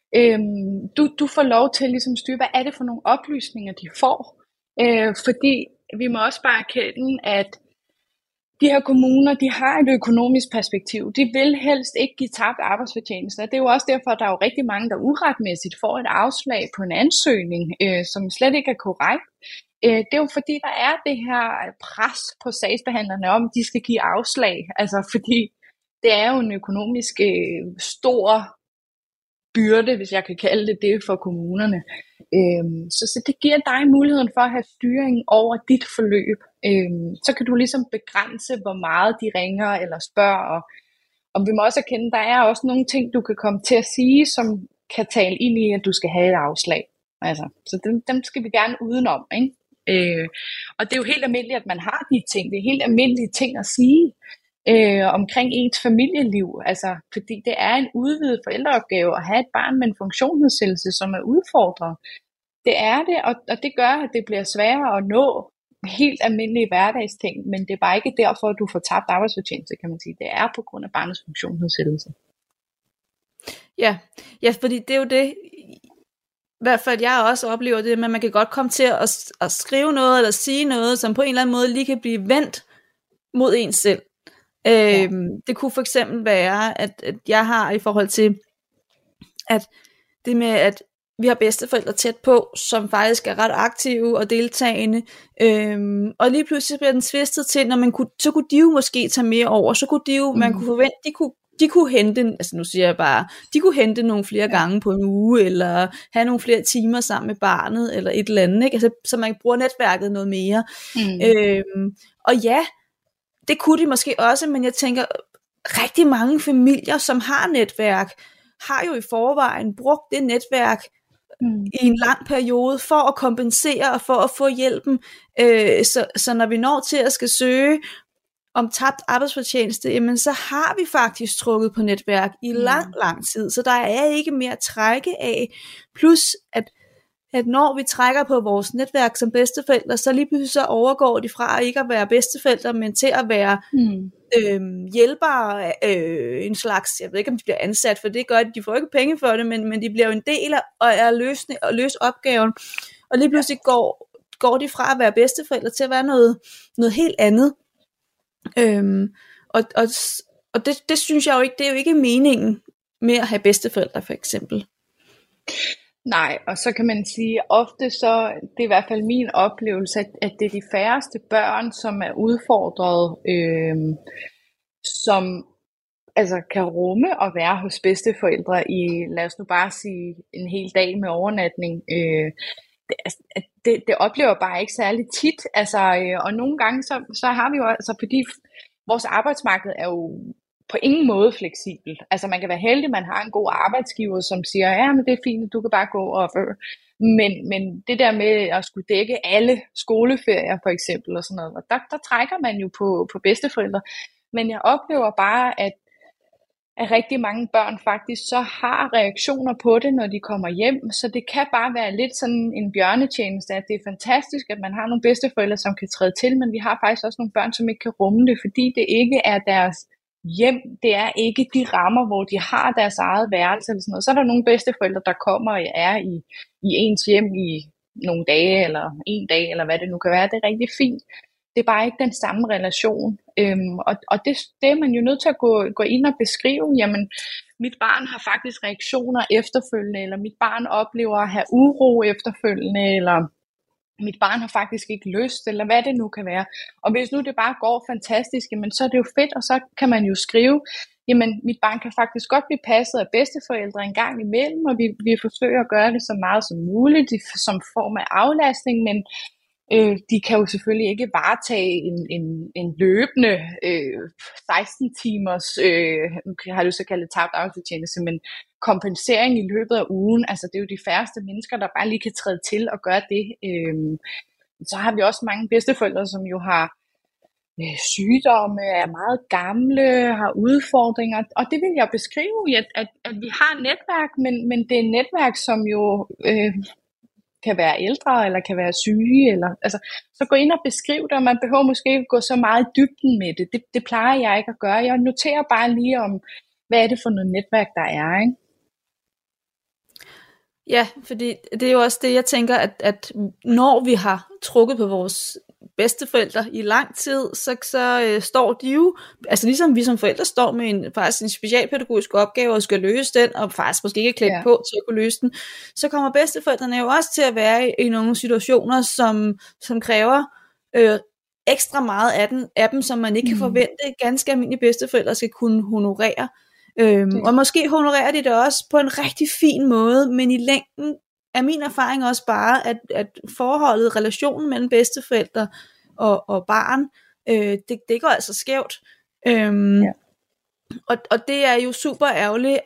Du får lov til ligesom styre, hvad er det for nogle oplysninger, de får. Fordi vi må også bare erkende, at de her kommuner, de har et økonomisk perspektiv. De vil helst ikke give tabt arbejdsfortjeneste. Det er jo også derfor, at der er jo rigtig mange, der uretmæssigt får et afslag på en ansøgning, som slet ikke er korrekt. Det er jo fordi, der er det her pres på sagsbehandlerne om, at de skal give afslag. Altså fordi det er jo en økonomisk stor byrde, hvis jeg kan kalde det for kommunerne. Så det giver dig muligheden for at have styring over dit forløb. Så kan du ligesom begrænse, hvor meget de ringer eller spørger. Og vi må også erkende, at der er også nogle ting, du kan komme til at sige, som kan tale ind i, at du skal have et afslag. Altså, så dem skal vi gerne udenom, ikke? Og det er jo helt almindeligt, at man har de ting. Det er helt almindelige ting at sige. omkring ens familieliv, altså fordi det er en udvidet forældreopgave at have et barn med en funktionsnedsættelse, som er udfordret. Det er det, og det gør, at det bliver sværere at nå helt almindelige hverdagsting, men det er bare ikke derfor, at du får tabt arbejdsfortjeneste, kan man sige. Det er på grund af barnets funktionsnedsættelse. Ja, fordi det er jo det, i hvert fald jeg også oplever det, men man kan godt komme til at skrive noget, eller sige noget, som på en eller anden måde lige kan blive vendt mod en selv. Det kunne for eksempel være, at jeg har i forhold til, at det med, at vi har bedsteforældre tæt på, som faktisk er ret aktive og deltagende, og lige pludselig bliver den tvistet til, når så kunne de jo måske tage mere over, så kunne de jo, man kunne forvente, de kunne hente, altså nu siger jeg bare, de kunne hente nogle flere gange på en uge, eller have nogle flere timer sammen med barnet, eller et eller andet, ikke? Altså, så man bruger netværket noget mere. Og ja, det kunne de måske også, men jeg tænker, rigtig mange familier, som har netværk, har jo i forvejen brugt det netværk i en lang periode, for at kompensere og for at få hjælpen. Så når vi når til at skal søge om tabt arbejdsfortjeneste, jamen så har vi faktisk trukket på netværk i lang tid, så der er ikke mere at trække af. Plus at når vi trækker på vores netværk som bedsteforældre, så lige pludselig så overgår de fra ikke at være bedsteforældre, men til at være hjælpere, en slags, jeg ved ikke om de bliver ansat, for det gør de får ikke penge for det, men de bliver jo en del af at løse opgaven, og lige pludselig går de fra at være bedsteforældre til at være noget helt andet. Og det synes jeg jo ikke, det er jo ikke meningen med at have bedsteforældre for eksempel. Nej, og så kan man sige, ofte så, det er i hvert fald min oplevelse, at det er de færreste børn, som er udfordret, som altså kan rumme at være hos bedsteforældre i, lad os nu bare sige, en hel dag med overnatning. Det oplever bare ikke særlig tit, altså, og nogle gange så har vi jo, altså fordi vores arbejdsmarked er jo på ingen måde fleksibel. Altså man kan være heldig, man har en god arbejdsgiver, som siger, ja, men det er fint, du kan bare gå og men det der med at skulle dække alle skoleferier for eksempel og sådan noget, der trækker man jo på bedsteforældre. Men jeg oplever bare, at rigtig mange børn faktisk så har reaktioner på det, når de kommer hjem. Så det kan bare være lidt sådan en bjørnetjeneste, at det er fantastisk, at man har nogle bedsteforældre, som kan træde til, men vi har faktisk også nogle børn, som ikke kan rumme det, fordi det ikke er deres hjem, det er ikke de rammer, hvor de har deres eget værelse eller sådan noget. Så er der nogle bedsteforældre, der kommer og er i ens hjem i nogle dage, eller en dag, eller hvad det nu kan være. Det er rigtig fint. Det er bare ikke den samme relation. Og det er man jo nødt til at gå ind og beskrive. Jamen, mit barn har faktisk reaktioner efterfølgende, eller mit barn oplever at have uro efterfølgende, eller mit barn har faktisk ikke lyst, eller hvad det nu kan være. Og hvis nu det bare går fantastisk, jamen, så er det jo fedt, og så kan man jo skrive, jamen mit barn kan faktisk godt blive passet af bedsteforældre en gang imellem, og vi forsøger at gøre det så meget som muligt, som form af aflastning, men de kan jo selvfølgelig ikke varetage en løbende 16 timers, har du så kaldet tabt arbejdsfortjeneste, men kompensering i løbet af ugen. Altså det er jo de færreste mennesker, der bare lige kan træde til og gøre det. Så har vi også mange bedsteforældre, som jo har sygdomme, er meget gamle, har udfordringer. Og det vil jeg beskrive, at vi har et netværk, men det er et netværk, som jo kan være ældre, eller kan være syge, eller, altså, så gå ind og beskriv det, og man behøver måske ikke gå så meget i dybden med det. Det plejer jeg ikke at gøre. Jeg noterer bare lige om, hvad er det for noget netværk, der er, ikke? Ja, fordi det er jo også det, jeg tænker, at når vi har trukket på vores bedsteforældre i lang tid, så står de jo, altså ligesom vi som forældre står med faktisk en specialpædagogisk opgave og skal løse den, og faktisk måske ikke er klædt på til at kunne løse den, så kommer bedsteforældrene jo også til at være i nogle situationer, som kræver ekstra meget af dem, som man ikke kan forvente, ganske almindelige bedsteforældre skal kunne honorere. Og måske honorerer de det også på en rigtig fin måde, men i længden er min erfaring også bare, at forholdet, relationen mellem bedsteforældre og barn, det går altså skævt. Og det er jo super ærgerligt,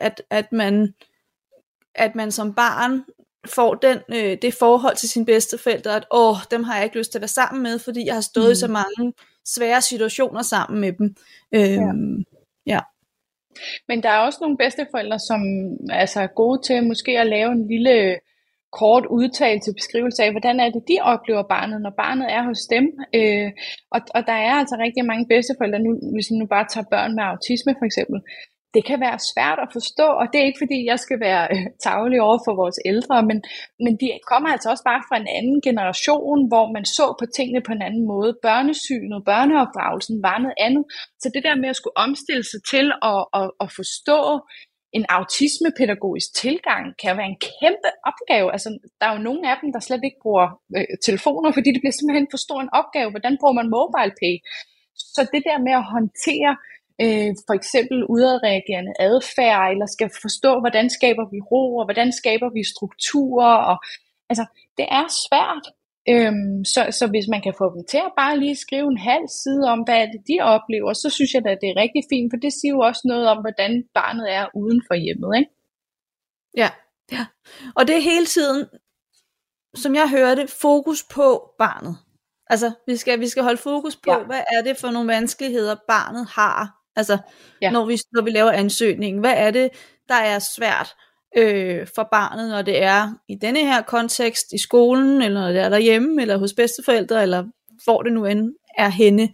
at man som barn får det forhold til sine bedsteforældre, at dem har jeg ikke lyst til at være sammen med, fordi jeg har stået i så mange svære situationer sammen med dem. Ja. Men der er også nogle bedsteforældre, som altså er gode til måske at lave en lille kort udtalelse beskrivelse af, hvordan er det, de oplever barnet, når barnet er hos dem. Og der er altså rigtig mange bedsteforældre, nu, hvis vi nu bare tager børn med autisme for eksempel, det kan være svært at forstå, og det er ikke fordi, jeg skal være tarvelig over for vores ældre, men de kommer altså også bare fra en anden generation, hvor man så på tingene på en anden måde. Børnesynet, børneopdragelsen var noget andet. Så det der med at skulle omstille sig til at forstå en autismepædagogisk tilgang, kan være en kæmpe opgave. Altså, der er jo nogle af dem, der slet ikke bruger telefoner, fordi det bliver simpelthen for stor en opgave. Hvordan bruger man MobilePay? Så det der med at håndtere for eksempel udadreagerende adfærd, eller skal forstå, hvordan skaber vi ro, og hvordan skaber vi strukturer, og altså, det er svært. Så hvis man kan få dem til at bare lige skrive en halv side om, hvad det de oplever, så synes jeg at det er rigtig fint, for det siger jo også noget om, hvordan barnet er uden for hjemmet, ikke? Ja. Og det er hele tiden, som jeg hører det, fokus på barnet. Altså, vi skal holde fokus på, hvad er det for nogle vanskeligheder, barnet har. Altså, når vi laver ansøgningen, hvad er det, der er svært for barnet, når det er i denne her kontekst, i skolen, eller når det er derhjemme, eller hos bedsteforældre, eller hvor det nu end er henne.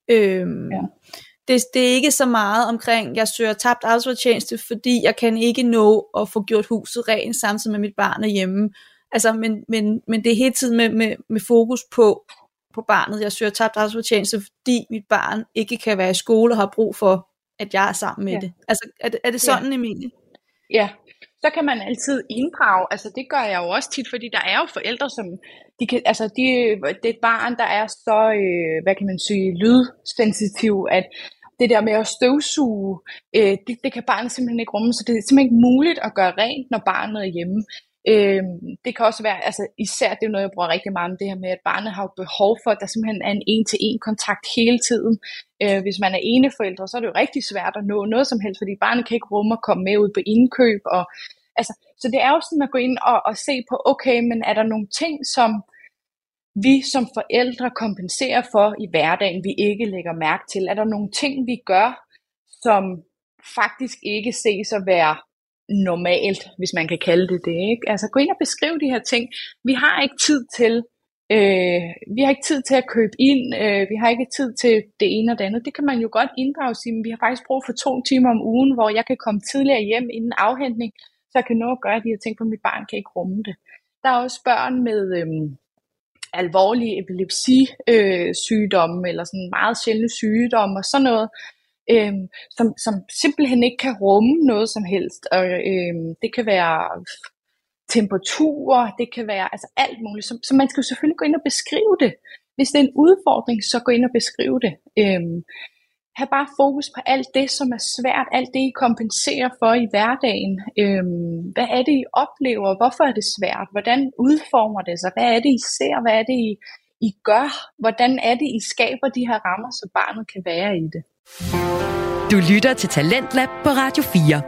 Det er ikke så meget omkring, jeg søger tabt arbejdsfortjeneste, fordi jeg kan ikke nå at få gjort huset rent, samtidig med mit barn er hjemme. Altså, men det er hele tiden med fokus på barnet. Jeg søger tabt arbejdsfortjeneste, fordi mit barn ikke kan være i skole og har brug for, at jeg er sammen med det. Altså, er det sådan, Emilie? Ja, så kan man altid inddrage, altså det gør jeg jo også tit, fordi der er jo forældre, som det er et barn, der er så, hvad kan man sige, lydsensitiv, at det der med at støvsuge, det kan barnet simpelthen ikke rumme, så det er simpelthen ikke muligt at gøre rent, når barnet er hjemme. Det kan også være, altså især det er noget, jeg bruger rigtig meget om det her med, at barnet har behov for, at der simpelthen er en en-til-en kontakt hele tiden. Hvis man er eneforældre, så er det jo rigtig svært at nå noget som helst, fordi barnet kan ikke rumme at komme med ud på indkøb. Og, altså, så det er jo sådan at gå ind og se på, okay, men er der nogle ting, som vi som forældre kompenserer for i hverdagen, vi ikke lægger mærke til? Er der nogle ting, vi gør, som faktisk ikke ses at være normalt, hvis man kan kalde det det, ikke? Altså gå ind og beskrive de her ting. Vi har ikke tid til at købe ind, vi har ikke tid til det ene og det andet. Det kan man jo godt inddrage sig, men vi har faktisk brug for 2 timer om ugen, hvor jeg kan komme tidligere hjem inden afhentning, så jeg kan nå at gøre de her ting, for mit barn kan ikke rumme det. Der er også børn med alvorlige epilepsisygdomme, eller sådan meget sjældne sygdomme og sådan noget, som simpelthen ikke kan rumme noget som helst. Og det kan være temperaturer, det kan være altså alt muligt. Så man skal jo selvfølgelig gå ind og beskrive det. Hvis det er en udfordring, så gå ind og beskrive det. Ha' bare fokus på alt det, som er svært, alt det, I kompenserer for i hverdagen. Hvad er det, I oplever? Hvorfor er det svært? Hvordan udformer det sig? Hvad er det, I ser? Hvad er det, I gør? Hvordan er det, I skaber de her rammer, så barnet kan være i det? Du lytter til Talentlab på Radio 4.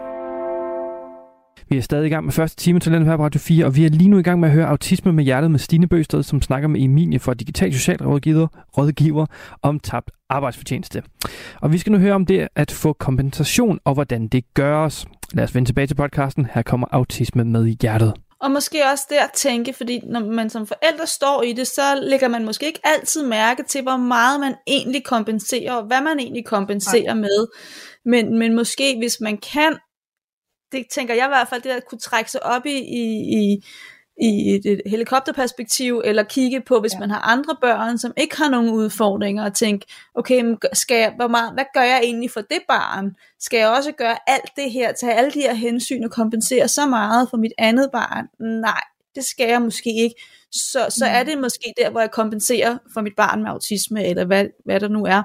Vi er stadig i gang med første time Talentlab på Radio 4, og vi er lige nu i gang med at høre Autisme med hjertet med Stine Bøgsted, som snakker med Emilie fra Digital Socialrådgiver om tabt arbejdsfortjeneste. Og vi skal nu høre om det at få kompensation og hvordan det gøres. Lad os vende tilbage til podcasten. Her kommer Autisme med hjertet. Og måske også der tænke, fordi når man som forældre står i det, så lægger man måske ikke altid mærke til, hvor meget man egentlig kompenserer, og hvad man egentlig kompenserer med. Men måske hvis man kan, det tænker jeg i hvert fald, det at kunne trække sig op i et helikopterperspektiv, eller kigge på, hvis man har andre børn, som ikke har nogen udfordringer, og tænke, okay, hvad gør jeg egentlig for det barn? Skal jeg også gøre alt det her, tage alle de her hensyn og kompensere så meget for mit andet barn? Nej, det skal jeg måske ikke. Så er det måske der, hvor jeg kompenserer for mit barn med autisme, eller hvad der nu er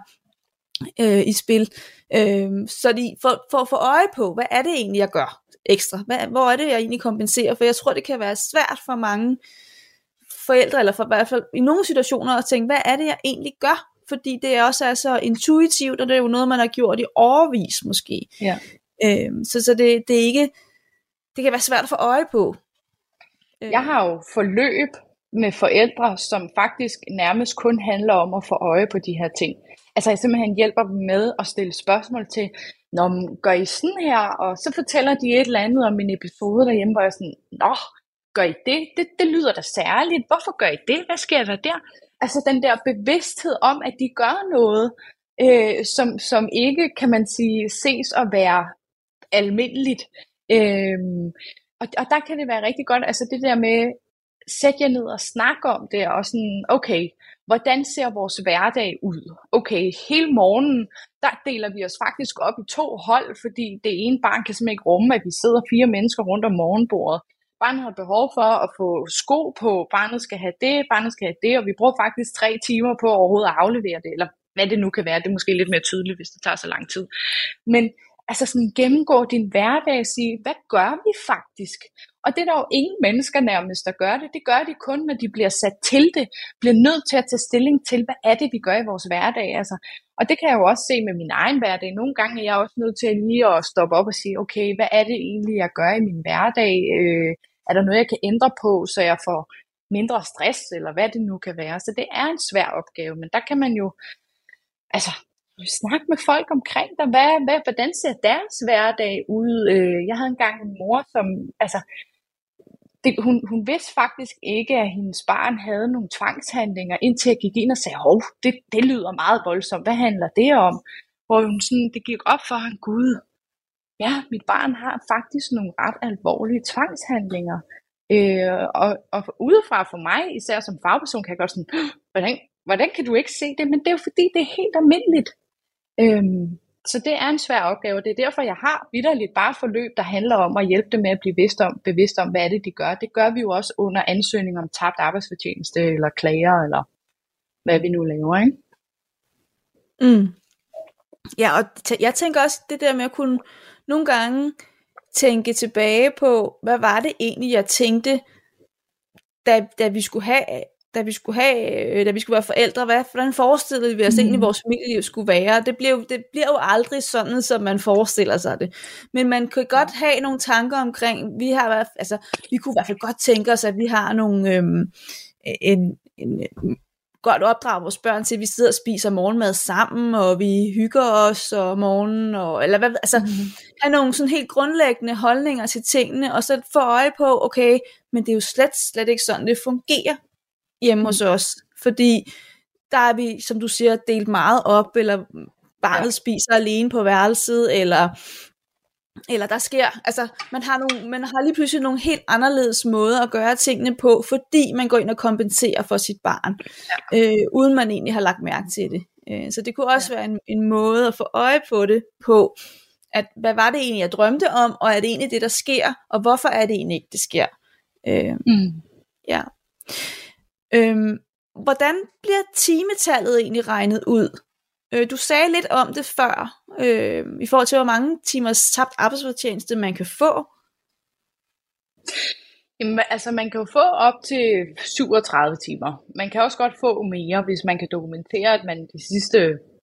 i spil. Så for at få øje på, hvad er det egentlig, jeg gør ekstra? Hvor er det, jeg egentlig kompenserer? For jeg tror, det kan være svært for mange forældre, eller for i hvert fald i nogle situationer, at tænke, hvad er det, jeg egentlig gør? Fordi det også er så intuitivt, og det er jo noget, man har gjort i årevis måske. Ja. Så det er ikke, det kan være svært at få øje på. Jeg har jo forløb med forældre, som faktisk nærmest kun handler om at få øje på de her ting. Altså jeg simpelthen hjælper dem med at stille spørgsmål til, når gør I sådan her? Og så fortæller de et eller andet om en episode derhjemme, hvor jeg er sådan, nå, gør I det? Det lyder da særligt. Hvorfor gør I det? Hvad sker der der? Altså den der bevidsthed om, at de gør noget, som ikke, kan man sige, ses at være almindeligt. Og der kan det være rigtig godt, altså det der med, sæt jer ned og snak om det, og sådan, okay, hvordan ser vores hverdag ud? Okay, hele morgenen, der deler vi os faktisk op i 2 hold, fordi det ene barn kan simpelthen ikke rumme, at vi sidder 4 mennesker rundt om morgenbordet. Barnet har behov for at få sko på, barnet skal have det, og vi bruger faktisk 3 timer på overhovedet at aflevere det, eller hvad det nu kan være. Det er måske lidt mere tydeligt, hvis det tager så lang tid. Men altså sådan gennemgå din hverdag og sige, hvad gør vi faktisk? Og det er der jo ingen mennesker nærmest, der gør det. Det gør de kun, når de bliver sat til det, bliver nødt til at tage stilling til, hvad er det, vi gør i vores hverdag. Altså. Og det kan jeg jo også se med min egen hverdag. Nogle gange er jeg også nødt til lige at stoppe op og sige, okay, hvad er det egentlig, jeg gør i min hverdag? Er der noget, jeg kan ændre på, så jeg får mindre stress, eller hvad det nu kan være? Så det er en svær opgave, men der kan man jo snakke med folk omkring dig. Hvordan ser deres hverdag ud? Jeg havde engang en mor, som hun vidste faktisk ikke, at hendes barn havde nogle tvangshandlinger, indtil jeg gik ind og sagde, hov, det lyder meget voldsomt. Hvad handler det om? Hvor hun sådan, det gik op for hende, gud, ja, mit barn har faktisk nogle ret alvorlige tvangshandlinger. Og udefra for mig, især som fagperson, kan jeg godt sådan, hvordan kan du ikke se det? Men det er jo fordi, det er helt almindeligt. Så det er en svær opgave. Det er derfor, jeg har vitterligt bare forløb, der handler om at hjælpe dem med at blive bevidst om, hvad er det, de gør. Det gør vi jo også under ansøgning om tabt arbejdsfortjeneste, eller klager, eller hvad vi nu laver, ikke? Mm. Ja, og jeg tænker også det der med at kunne nogle gange tænke tilbage på, hvad var det egentlig, jeg tænkte, da vi skulle være forældre, hvordan forestillede vi os egentlig, vores familieliv skulle være? Det bliver jo aldrig sådan, som man forestiller sig det. Men man kan godt have nogle tanker omkring, vi kunne i hvert fald godt tænke os, at vi har nogle, godt opdrage vores børn til, at vi sidder og spiser morgenmad sammen, og vi hygger os om morgenen, have nogle sådan helt grundlæggende holdninger til tingene, og så få øje på, okay, men det er jo slet ikke sådan, det fungerer hjemme hos os, fordi der er vi, som du siger, delt meget op, eller barnet spiser alene på værelset, eller der sker, man har lige pludselig nogle helt anderledes måder at gøre tingene på, fordi man går ind og kompenserer for sit barn, uden man egentlig har lagt mærke til det. Så det kunne også være en måde at få øje på det på, at hvad var det egentlig, jeg drømte om, og er det egentlig det, der sker, og hvorfor er det egentlig ikke, det sker? Ja. Hvordan bliver timetallet egentlig regnet ud? Du sagde lidt om det før, i forhold til, hvor mange timers tabt arbejdsfortjeneste man kan få. Jamen, altså man kan jo få op til 37 timer. Man kan også godt få mere, hvis man kan dokumentere, at man de sidste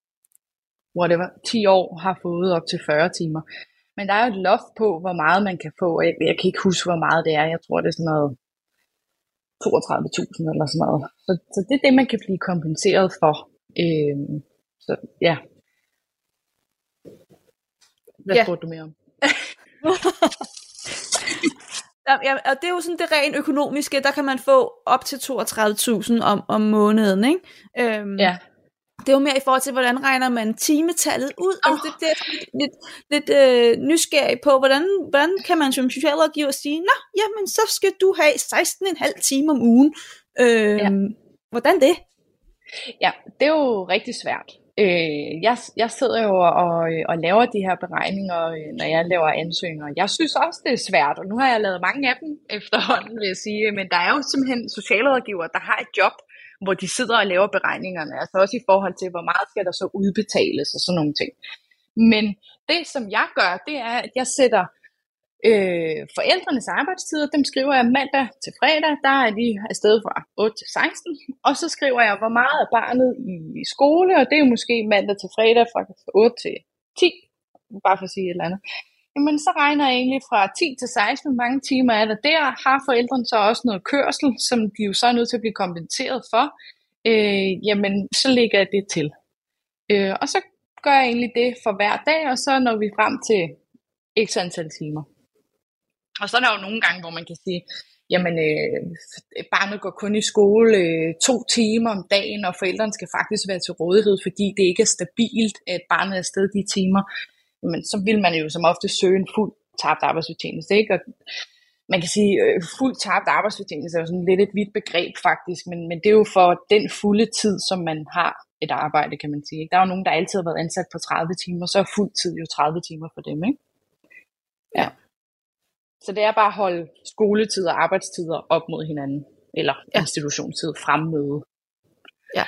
10 år har fået op til 40 timer. Men der er jo et loft på, hvor meget man kan få. Jeg kan ikke huske, hvor meget det er. Jeg tror, det er sådan noget 32.000 eller sådan noget. Så det er det, man kan blive kompenseret for. Så ja. Hvad spurgte du mere om? Ja, og det er jo sådan det rent økonomiske, der kan man få op til 32.000 om måneden, ikke? Ja. Det er jo mere i forhold til, hvordan regner man timetallet ud. Altså det er lidt nysgerrig på, hvordan kan man som socialrådgiver sige, nå, jamen så skal du have 16,5 timer om ugen. Hvordan det? Ja, det er jo rigtig svært. Jeg sidder jo og laver de her beregninger, når jeg laver ansøgninger. Jeg synes også, det er svært, og nu har jeg lavet mange af dem efterhånden, vil jeg sige. Men der er jo simpelthen socialrådgivere, der har et job, hvor de sidder og laver beregningerne. Altså også i forhold til, hvor meget skal der så udbetales og sådan nogle ting. Men det, som jeg gør, det er, at jeg sætter forældrenes arbejdstider, dem skriver jeg mandag til fredag, der er de afsted fra 8 til 16, og så skriver jeg, hvor meget er barnet i skole, og det er jo måske mandag til fredag fra 8 til 10, bare for at sige et eller andet. jamen så regner jeg egentlig fra 10 til 16, hvor mange timer er der. Har forældrene så også noget kørsel, som de jo så er nødt til at blive kompenseret for, jamen så lægger jeg det til. Og så gør jeg egentlig det for hver dag, og så når vi frem til x antal timer. Og så er der jo nogle gange, hvor man kan sige, jamen barnet går kun i skole 2 timer om dagen, og forældrene skal faktisk være til rådighed, fordi det ikke er stabilt, at barnet er afsted de timer. Jamen, så vil man jo som ofte søge en fuld tabt arbejdsfortjeneste, ikke? Og man kan sige, fuld tabt arbejdsfortjeneste er jo sådan lidt et vidt begreb faktisk, men det er jo for den fulde tid, som man har et arbejde, kan man sige. Der er jo nogen, der altid har været ansat på 30 timer, så er fuld tid jo 30 timer for dem, ikke? Ja. Så det er bare at holde skoletid og arbejdstider op mod hinanden, eller institutionstid fremmøde. Ja.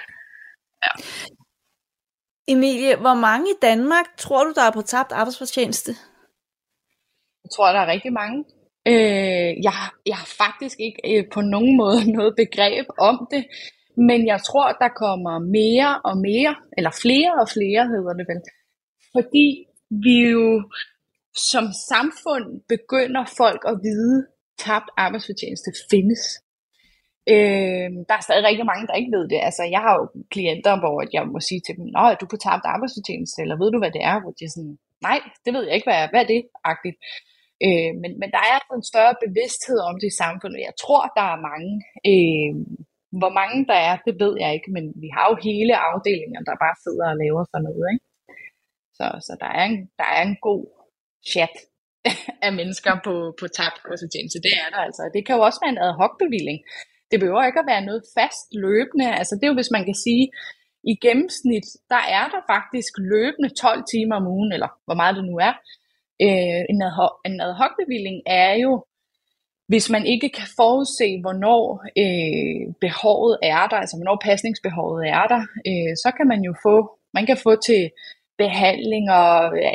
Emilie, hvor mange i Danmark tror du, der er på tabt arbejdsfortjeneste? Jeg tror, der er rigtig mange. Jeg har faktisk ikke på nogen måde noget begreb om det, men jeg tror, der kommer mere og mere, eller flere og flere hedder det vel, fordi vi jo som samfund begynder folk at vide, tabt arbejdsfortjeneste findes. Der er stadig rigtig mange, der ikke ved det. Altså, jeg har jo klienter, hvor jeg må sige til dem, nå, er du på tabt arbejdsfortjeneste, eller ved du, hvad det er? Hvor de er sådan, nej, det ved jeg ikke, hvad er det? Agtigt. Men der er en større bevidsthed om det i samfundet. Jeg tror, der er mange. Hvor mange der er, det ved jeg ikke, men vi har jo hele afdelinger, der bare sidder og laver sådan noget, ikke? Så der er en god chat af mennesker på tabt arbejdsfortjeneste. Det er der altså. Det kan jo også være en ad hoc bevilling. Det behøver ikke at være noget fast løbende. Altså det er jo, hvis man kan sige, i gennemsnit, der er der faktisk løbende 12 timer om ugen, eller hvor meget det nu er. En ad hoc bevilling er jo, hvis man ikke kan forudse, hvornår behovet er der, altså hvornår pasningsbehovet er der, så kan man jo få til behandlinger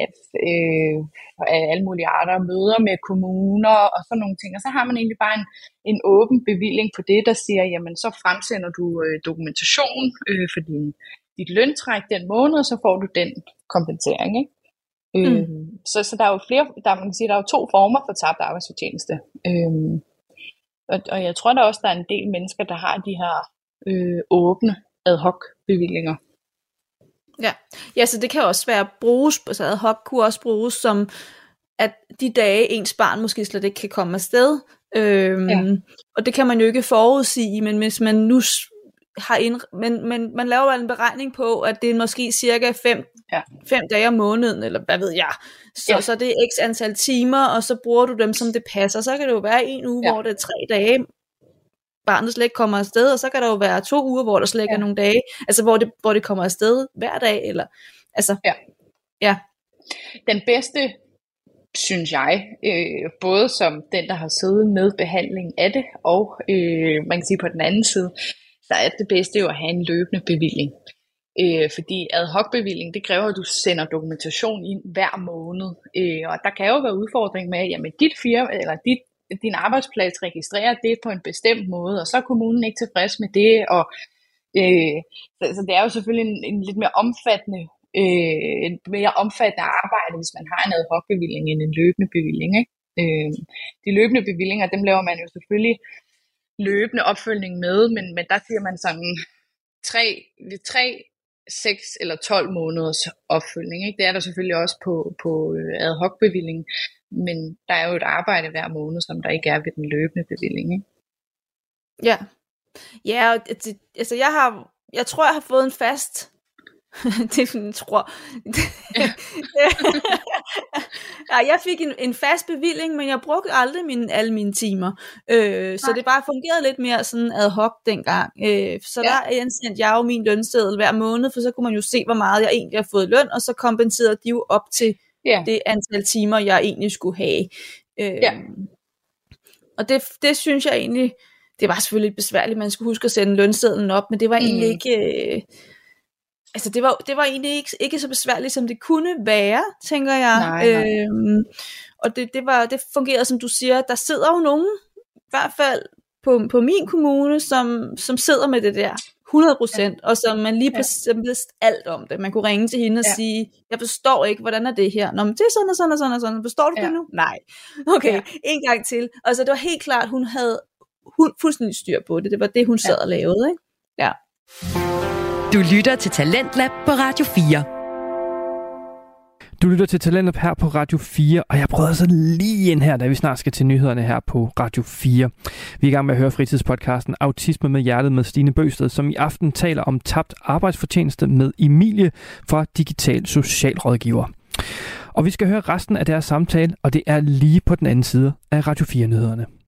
af alle mulige arter, møder med kommuner og sådan nogle ting. Og så har man egentlig bare en åben bevilling på det, der siger, jamen så fremsender du dokumentation for dit løntræk den måned, og så får du den kompensering, ikke? Så der er jo man kan sige, der er jo 2 former for tabt arbejdsfortjeneste. Og jeg tror da også, der er en del mennesker, der har de her åbne ad hoc bevillinger. Ja, så det kan også være bruges, altså ad hoc kunne også bruges som, at de dage ens barn måske slet ikke kan komme afsted. Og det kan man jo ikke forudsige, men hvis man nu har men man laver en beregning på, at det er måske cirka 5 dage om måneden, eller hvad ved jeg. Så det er x antal timer, og så bruger du dem, som det passer. Så kan det jo være en uge, hvor det er 3 dage, barnet slet ikke kommer afsted, og så kan der jo være 2 uger, hvor der slet ikke er nogle dage, altså hvor det kommer afsted hver dag, eller altså. Ja. Den bedste, synes jeg, både som den, der har siddet med behandling af det, og man kan sige på den anden side, så er det bedste jo at have en løbende bevilling. Fordi ad hoc bevilling, det kræver, at du sender dokumentation ind hver måned. Og der kan jo være udfordring med, jamen dit firma, eller din arbejdsplads registrerer det på en bestemt måde, og så er kommunen ikke tilfreds med det. Og, så det er jo selvfølgelig en lidt mere omfattende arbejde, hvis man har en ad hoc bevilling end en løbende bevilling, ikke? De løbende bevillinger, dem laver man jo selvfølgelig løbende opfølgning med, men der siger man sådan 3, 6 eller 12 måneders opfølgning, ikke? Det er der selvfølgelig også på ad hoc bevilling, men der er jo et arbejde hver måned, som der ikke er ved den løbende bevilling, ikke? Ja, altså jeg tror, jeg har fået en fast det tror jeg fik en fast bevilling, men jeg brugte aldrig alle mine timer, så det bare fungerede lidt mere sådan ad hoc dengang, så der indsendte jeg jo min lønseddel hver måned, for så kunne man jo se, hvor meget jeg egentlig har fået løn, og så kompenserede de jo op til det antal timer, jeg egentlig skulle have. Og det synes jeg egentlig, det var selvfølgelig besværligt, man skulle huske at sende lønsedlen op, men det var egentlig ikke altså det var egentlig ikke så besværligt, som det kunne være, tænker jeg. Nej. Og det fungerede, som du siger, der sidder jo nogen, i hvert fald på min kommune, som sidder med det der 100%, og så man lige præcis vidste alt om det. Man kunne ringe til hende og sige, jeg forstår ikke, hvordan er det her? Nå, men det er sådan og sådan og sådan og sådan. Forstår du det nu? Nej. Okay, en gang til. Og så det var helt klart, hun havde fuldstændig styr på det. Det var det, hun sad og lavede, ikke? Ja. Du lytter til Talentlab på Radio 4. Du lytter til Talentlab her på Radio 4, og jeg prøver så lige ind her, da vi snart skal til nyhederne her på Radio 4. Vi er i gang med at høre fritidspodcasten Autisme med Hjertet med Stine Bøgsted, som i aften taler om tabt arbejdsfortjeneste med Emilie fra Digital Socialrådgiver. Og vi skal høre resten af deres samtale, og det er lige på den anden side af Radio 4-nyhederne.